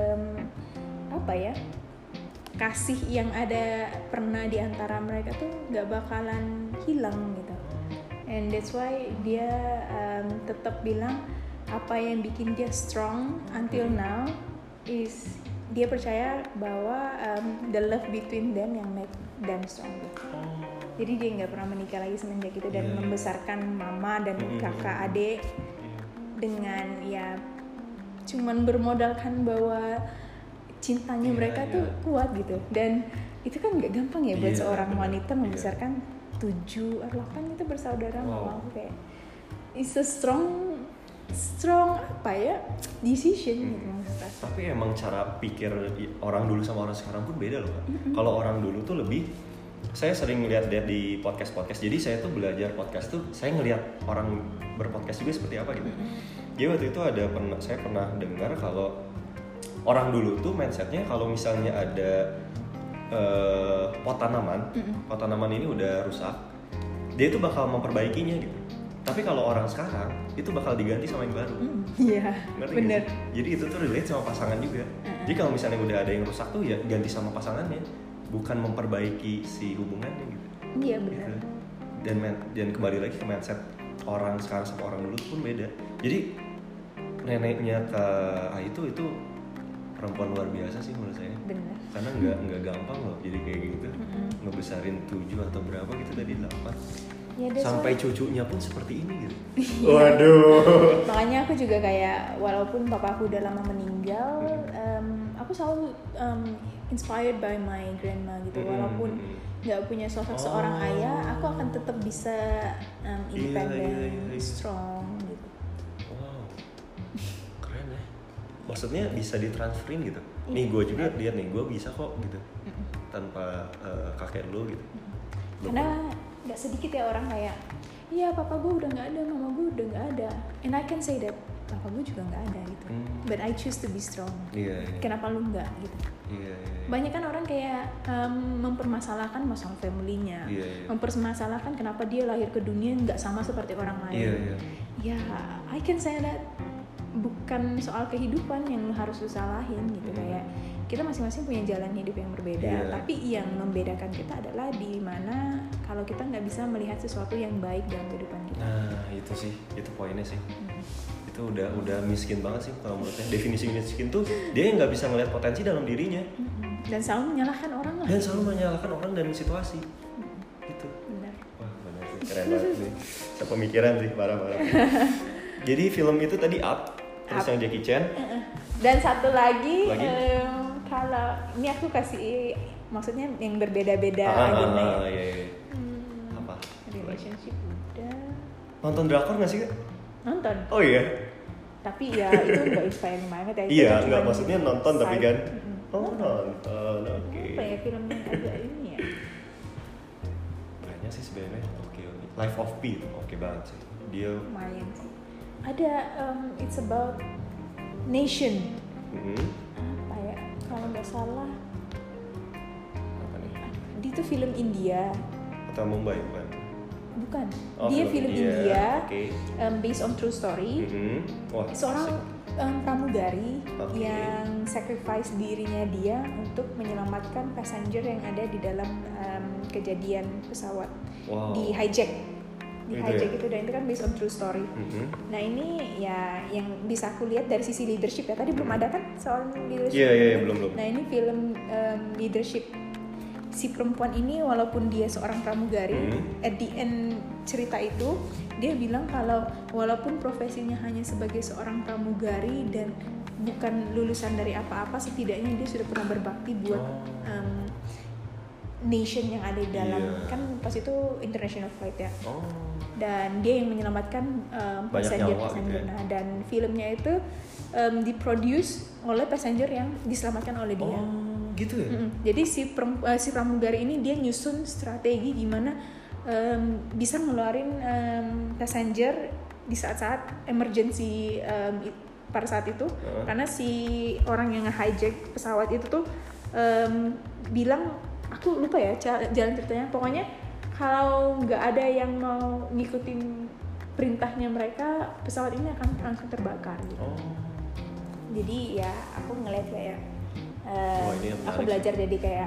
[SPEAKER 2] kasih yang ada pernah di antara mereka tuh nggak bakalan hilang gitu. And that's why dia tetap bilang apa yang bikin dia strong until now is dia percaya bahwa the love between them yang make them strong. Jadi dia nggak pernah menikah lagi semenjak itu dan membesarkan mama dan kakak adik dengan ya cuman bermodalkan bahwa cintanya mereka tuh kuat gitu, dan itu kan nggak gampang ya buat seorang wanita membesarkan 7 atau 8 itu bersaudara. Mama aku kayak it's a strong decision gitu maksudnya.
[SPEAKER 1] Tapi emang cara pikir orang dulu sama orang sekarang pun beda loh. Kalau orang dulu tuh lebih, saya sering ngeliat di podcast. Jadi saya tuh belajar podcast tuh, saya ngeliat orang berpodcast juga seperti apa gitu. Jadi waktu itu saya pernah dengar kalau orang dulu tuh mindsetnya kalau misalnya ada pot tanaman ini udah rusak, dia tuh bakal memperbaikinya gitu. Tapi kalau orang sekarang itu bakal diganti sama yang baru.
[SPEAKER 2] Iya, bener.
[SPEAKER 1] Jadi itu tuh relate sama pasangan juga. Jadi kalau misalnya udah ada yang rusak tuh ya ganti sama pasangannya, bukan memperbaiki si hubungannya gitu.
[SPEAKER 2] Iya benar.
[SPEAKER 1] Gitu. Dan kembali lagi ke mindset orang sekarang sama orang dulu pun beda. Jadi neneknya Kak itu perempuan luar biasa sih menurut saya.
[SPEAKER 2] Benar.
[SPEAKER 1] Karena nggak gampang loh jadi kayak gitu. Ngebesarin 7 atau berapa gitu tadi 8. Ya, sampai cucunya pun seperti ini gitu. Waduh.
[SPEAKER 2] Makanya aku juga kayak walaupun papa aku udah lama meninggal, aku selalu inspired by my grandma gitu. Walaupun nggak punya sosok seorang ayah, aku akan tetap bisa independen, strong gitu.
[SPEAKER 1] Wow, keren ya. Maksudnya bisa ditransferin gitu. Nih gue juga lihat nih, gue bisa kok gitu, tanpa kakek lu gitu.
[SPEAKER 2] Karena nggak sedikit ya orang kayak, iya papa gue udah nggak ada, mama gue udah nggak ada, and I can say that papa gue juga nggak ada gitu, but I choose to be strong. Kenapa lu nggak gitu? Banyak kan orang kayak mempermasalahkan masalah family-nya, mempermasalahkan kenapa dia lahir ke dunia nggak sama seperti orang lain. Ya I can say that bukan soal kehidupan yang harus lu salahin gitu. Kayak kita masing-masing punya jalan hidup yang berbeda, tapi yang membedakan kita adalah di mana kalau kita nggak bisa melihat sesuatu yang baik dalam kehidupan kita.
[SPEAKER 1] Nah itu sih, itu poinnya sih. Itu udah miskin banget sih kalau menurutnya. Definisi miskin tuh dia yang nggak bisa melihat potensi dalam dirinya
[SPEAKER 2] dan selalu menyalahkan orang lah.
[SPEAKER 1] Dan selalu menyalahkan orang dan situasi. Gitu.
[SPEAKER 2] Benar.
[SPEAKER 1] Wah benar sih, keren banget sih. Sepemikiran sih, parah. Jadi film itu tadi Up, terus yang Jackie Chan.
[SPEAKER 2] Dan satu lagi? Kalau ini aku kasih maksudnya yang berbeda-beda agennya.
[SPEAKER 1] Iya. Apa?
[SPEAKER 2] Relationship udah.
[SPEAKER 1] Nonton drakor nggak sih Kak?
[SPEAKER 2] Nonton.
[SPEAKER 1] Oh iya.
[SPEAKER 2] Tapi ya itu nggak inspiring banget ya.
[SPEAKER 1] Iya, nggak maksudnya nonton tapi kan. Oh nonton, oke.
[SPEAKER 2] Apa ya film yang agak ini ya?
[SPEAKER 1] Banyak sih sebenarnya. Oke. Life of Pi, oke banget sih. Dia
[SPEAKER 2] lumayan sih. Ada it's about nation. Apa ya? Kalau nggak salah.
[SPEAKER 1] Apa nih?
[SPEAKER 2] Dia tuh film India.
[SPEAKER 1] Atau Mumbai bukan?
[SPEAKER 2] Bukan.
[SPEAKER 1] Oh,
[SPEAKER 2] dia film India.
[SPEAKER 1] Okay.
[SPEAKER 2] Based on true story.
[SPEAKER 1] Wah,
[SPEAKER 2] seorang pramugari yang sacrifice dirinya dia untuk menyelamatkan passenger yang ada di dalam kejadian pesawat di hijack. Itu dan itu kan based on true story. Nah ini ya yang bisa aku lihat dari sisi leadership ya. Tadi belum ada kan soal leadership.
[SPEAKER 1] Iya, belum.
[SPEAKER 2] Nah ini film leadership. Si perempuan ini walaupun dia seorang pramugari, at the end cerita itu dia bilang kalau walaupun profesinya hanya sebagai seorang pramugari dan bukan lulusan dari apa-apa, setidaknya dia sudah pernah berbakti buat nation yang ada di dalam. Kan pas itu international flight ya. Dan dia yang menyelamatkan passenger.
[SPEAKER 1] Gitu ya?
[SPEAKER 2] Nah, dan filmnya itu diproduce oleh passenger yang diselamatkan oleh dia.
[SPEAKER 1] Gitu ya?
[SPEAKER 2] Jadi si pramugari ini dia nyusun strategi gimana bisa ngeluarin passenger di saat-saat emergency pada saat itu, karena si orang yang nge-hijack pesawat itu tuh bilang, aku lupa ya jalan ceritanya, pokoknya kalau nggak ada yang mau ngikutin perintahnya mereka, pesawat ini akan langsung terbakar gitu. Jadi ya aku ngeliat kayak aku belajar jadi kayak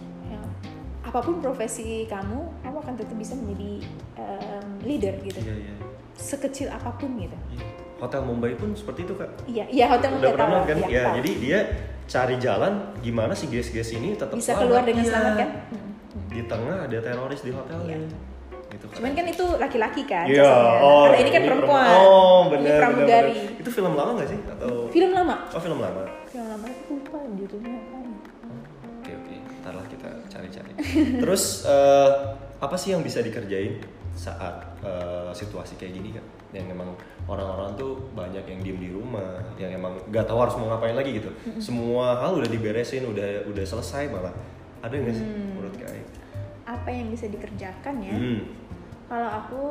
[SPEAKER 2] apapun profesi kamu akan tetap bisa menjadi leader gitu. Sekecil apapun gitu.
[SPEAKER 1] Hotel Mumbai pun seperti itu Kak.
[SPEAKER 2] Iya Hotel Mumbai
[SPEAKER 1] tahu kan? Ya, jadi dia cari jalan gimana si guest ini tetap
[SPEAKER 2] bisa keluar dengan selamat kan?
[SPEAKER 1] Di tengah ada teroris di hotelnya. Gitu kan.
[SPEAKER 2] Cuman kan itu laki-laki kan.
[SPEAKER 1] Iya.
[SPEAKER 2] Kalau ini kan perempuan.
[SPEAKER 1] Benar.
[SPEAKER 2] Ini pramugari.
[SPEAKER 1] Itu film lama nggak sih? Atau
[SPEAKER 2] film lama?
[SPEAKER 1] Film lama.
[SPEAKER 2] Film lama aku lupa judulnya apa.
[SPEAKER 1] Oke. Ntarlah kita cari-cari. Terus apa sih yang bisa dikerjain saat situasi kayak gini kan? Yang emang orang-orang tuh banyak yang diem di rumah, yang emang nggak tahu harus mau ngapain lagi gitu. Semua hal udah diberesin, udah selesai malah. Ada nggak sih menurut Kak?
[SPEAKER 2] Apa yang bisa dikerjakan ya? Kalau aku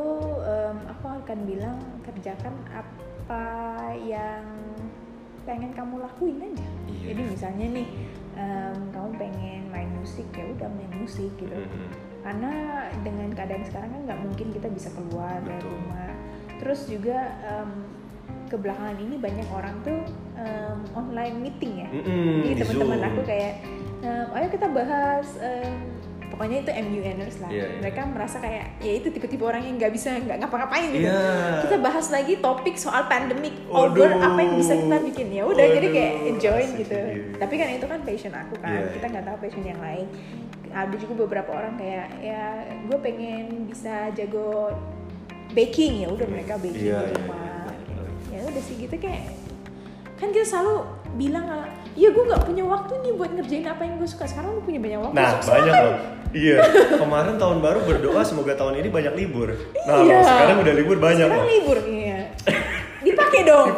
[SPEAKER 2] akan bilang kerjakan apa yang pengen kamu lakuin aja. Jadi misalnya nih kamu pengen main musik, ya udah main musik gitu. Karena dengan keadaan sekarang kan nggak mungkin kita bisa keluar dari rumah. Terus juga kebelakangan ini banyak orang tuh online meeting ya. Jadi teman-teman aku kayak ayo kita bahas pokoknya itu MUNers lah. Mereka merasa kayak ya itu tipe-tipe orang yang nggak ngapa-ngapain gitu. Kita bahas lagi topik soal pandemic over apa yang bisa kita bikin. Ya udah jadi kayak join gitu. Tapi kan itu kan passion aku kan. Kita nggak tahu passion yang lain. Ada juga beberapa orang kayak ya gue pengen bisa jago baking, ya udah mereka baking di rumah. Ya udah sih gitu, kayak kan kita selalu bilang ya gue nggak punya waktu nih buat ngerjain apa yang gue suka. Sekarang gue punya banyak waktu.
[SPEAKER 1] Nah banyak loh. Iya, kemarin tahun baru berdoa semoga tahun ini banyak libur. Nah sekarang udah libur banyak.
[SPEAKER 2] Sekarang libur, iya. Dipakai dong.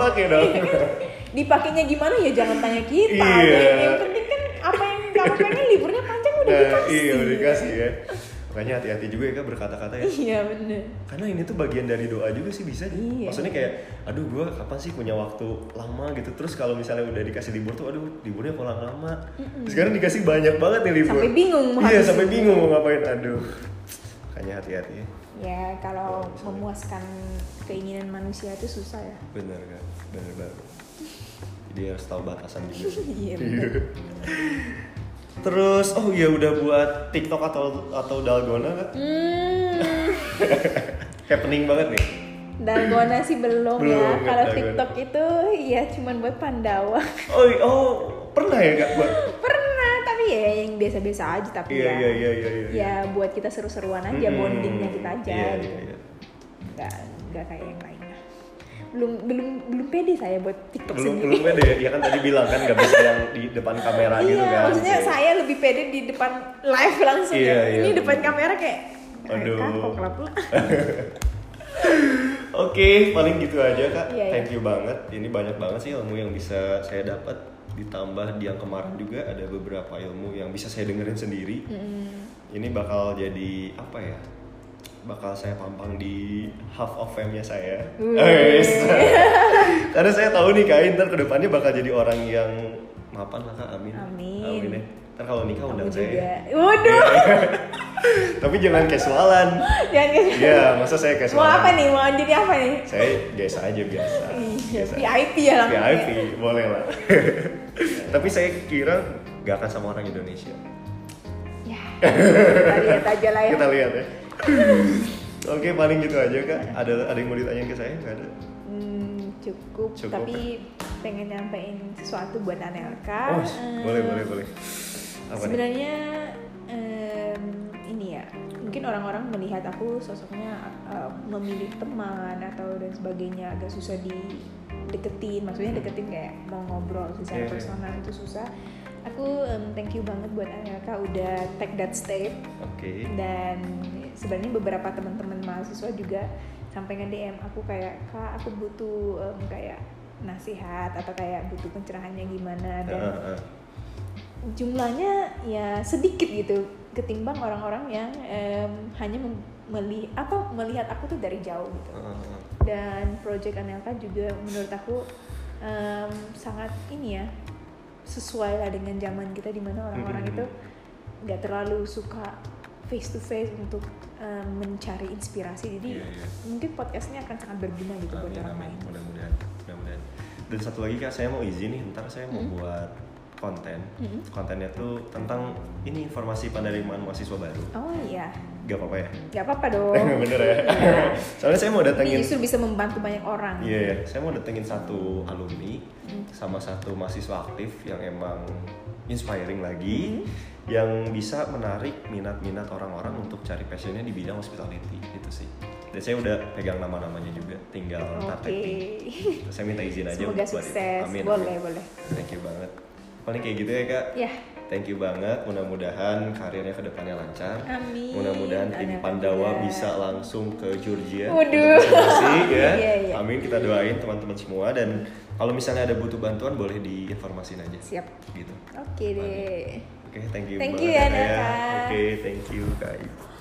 [SPEAKER 2] Dipakainya gimana ya jangan tanya kita. Yang penting kan apa yang kamu pengen liburnya panjang udah dikasih.
[SPEAKER 1] Iya udah dikasih ya. Makanya hati-hati juga ya Kak berkata-kata ya.
[SPEAKER 2] Iya bener.
[SPEAKER 1] Karena ini tuh bagian dari doa juga sih bisa. Maksudnya kayak aduh gue kapan sih punya waktu lama gitu. Terus kalau misalnya udah dikasih libur tuh aduh liburnya pulang lama. Sekarang dikasih banyak banget nih libur.
[SPEAKER 2] Sampai bingung.
[SPEAKER 1] Iya sampai bingung mau ngapain. Aduh. Makanya hati-hati ya.
[SPEAKER 2] Ya kalau memuaskan keinginan manusia itu susah ya.
[SPEAKER 1] Bener kan, bener banget. Jadi harus tahu batasan juga.
[SPEAKER 2] Iya bener.
[SPEAKER 1] Terus oh iya udah buat TikTok atau Dalgona nggak? Happening banget nih.
[SPEAKER 2] Dalgona sih belum ya. Kalau
[SPEAKER 1] Dalgona.
[SPEAKER 2] TikTok itu ya cuman buat Pandawa.
[SPEAKER 1] Oh pernah ya kak buat?
[SPEAKER 2] Pernah, tapi ya yang biasa-biasa aja. Tapi
[SPEAKER 1] Iya.
[SPEAKER 2] ya buat kita seru-seruan aja, bondingnya kita aja. Gitu.
[SPEAKER 1] Iya.
[SPEAKER 2] Nggak kayak yang lain. Belum pede saya buat TikTok sendiri.
[SPEAKER 1] Belum pede ya kan tadi bilang kan nggak bisa yang di depan kamera gitu kan.
[SPEAKER 2] Iya, maksudnya saya lebih pede di depan live langsung ya. Ini depan kamera kayak
[SPEAKER 1] aduh.
[SPEAKER 2] kapok lah.
[SPEAKER 1] Oke, paling gitu aja kak.
[SPEAKER 2] Iya.
[SPEAKER 1] Thank you banget. Ini banyak banget sih ilmu yang bisa saya dapat. Ditambah di yang kemarin juga ada beberapa ilmu yang bisa saya dengerin sendiri. Ini bakal jadi apa ya? Bakal saya pampang di half of fame-nya saya. Karena saya tahu nih kak, ntar kedepannya bakal jadi orang yang mapan lah kak, amin. Amin ya. Ntar kalau nikah undang saya.
[SPEAKER 2] Waduh.
[SPEAKER 1] Tapi jangan casualan. Iya, masa saya casualan.
[SPEAKER 2] Mau apa nih? Mau jadi apa nih?
[SPEAKER 1] Saya biasa aja biasa.
[SPEAKER 2] VIP ya langsung.
[SPEAKER 1] VIP boleh lah. Tapi saya kira gak akan sama orang Indonesia.
[SPEAKER 2] Ya, kita lihat aja lah ya.
[SPEAKER 1] Kita lihat ya. Oke, paling gitu aja kak. Ada yang mau ditanyain ke saya? Gak ada?
[SPEAKER 2] Cukup. Tapi pengen nyampein sesuatu buat Anelka.
[SPEAKER 1] Boleh. Apa
[SPEAKER 2] sebenarnya ini ya, mungkin orang-orang melihat aku sosoknya memilih teman atau dan sebagainya agak susah dideketin. Maksudnya deketin kayak mau ngobrol secara personal itu susah. Aku thank you banget buat Anelka udah take that step.
[SPEAKER 1] Oke.
[SPEAKER 2] Dan sebenarnya beberapa teman-teman mahasiswa juga sampai nge-DM aku kayak, Kak, aku butuh kayak nasihat atau kayak butuh pencerahannya gimana, dan jumlahnya ya sedikit gitu ketimbang orang-orang yang hanya melihat aku tuh dari jauh gitu. Dan Project Anelka juga menurut aku sangat ini ya, sesuai lah dengan zaman kita di mana orang-orang itu nggak terlalu suka face to face untuk mencari inspirasi. Jadi mungkin podcastnya akan sangat berguna gitu buat orang lain.
[SPEAKER 1] Mudah-mudahan. Dan satu lagi kak, saya mau izin nih, ntar saya mau buat konten. Kontennya tuh tentang ini informasi penerimaan mahasiswa baru.
[SPEAKER 2] Oh iya.
[SPEAKER 1] Gak apa-apa ya?
[SPEAKER 2] Gak apa-apa dong.
[SPEAKER 1] Bener ya? Soalnya saya mau datengin.
[SPEAKER 2] Ini justru bisa membantu banyak orang.
[SPEAKER 1] Iya, saya mau datengin satu alumni sama satu mahasiswa aktif yang emang inspiring lagi, yang bisa menarik minat-minat orang-orang untuk cari passionnya di bidang hospitality gitu sih. Dan saya udah pegang nama-namanya juga, tinggal ntar tapping. Saya minta izin aja.
[SPEAKER 2] Semoga sukses.
[SPEAKER 1] Amin.
[SPEAKER 2] Boleh.
[SPEAKER 1] Thank you banget. Paling kayak gitu ya kak.
[SPEAKER 2] Ya.
[SPEAKER 1] Thank you banget. Mudah-mudahan karirnya kedepannya lancar.
[SPEAKER 2] Amin.
[SPEAKER 1] Mudah-mudahan tim Pandawa bisa langsung ke Georgia.
[SPEAKER 2] Waduh.
[SPEAKER 1] Ya.
[SPEAKER 2] Iya.
[SPEAKER 1] Amin. Kita doain teman-teman semua, dan kalau misalnya ada butuh bantuan boleh diinformasiin aja.
[SPEAKER 2] Siap.
[SPEAKER 1] Gitu.
[SPEAKER 2] Oke deh.
[SPEAKER 1] Oke, thank you.
[SPEAKER 2] Thank you ya, Naka.
[SPEAKER 1] Oke, thank you guys.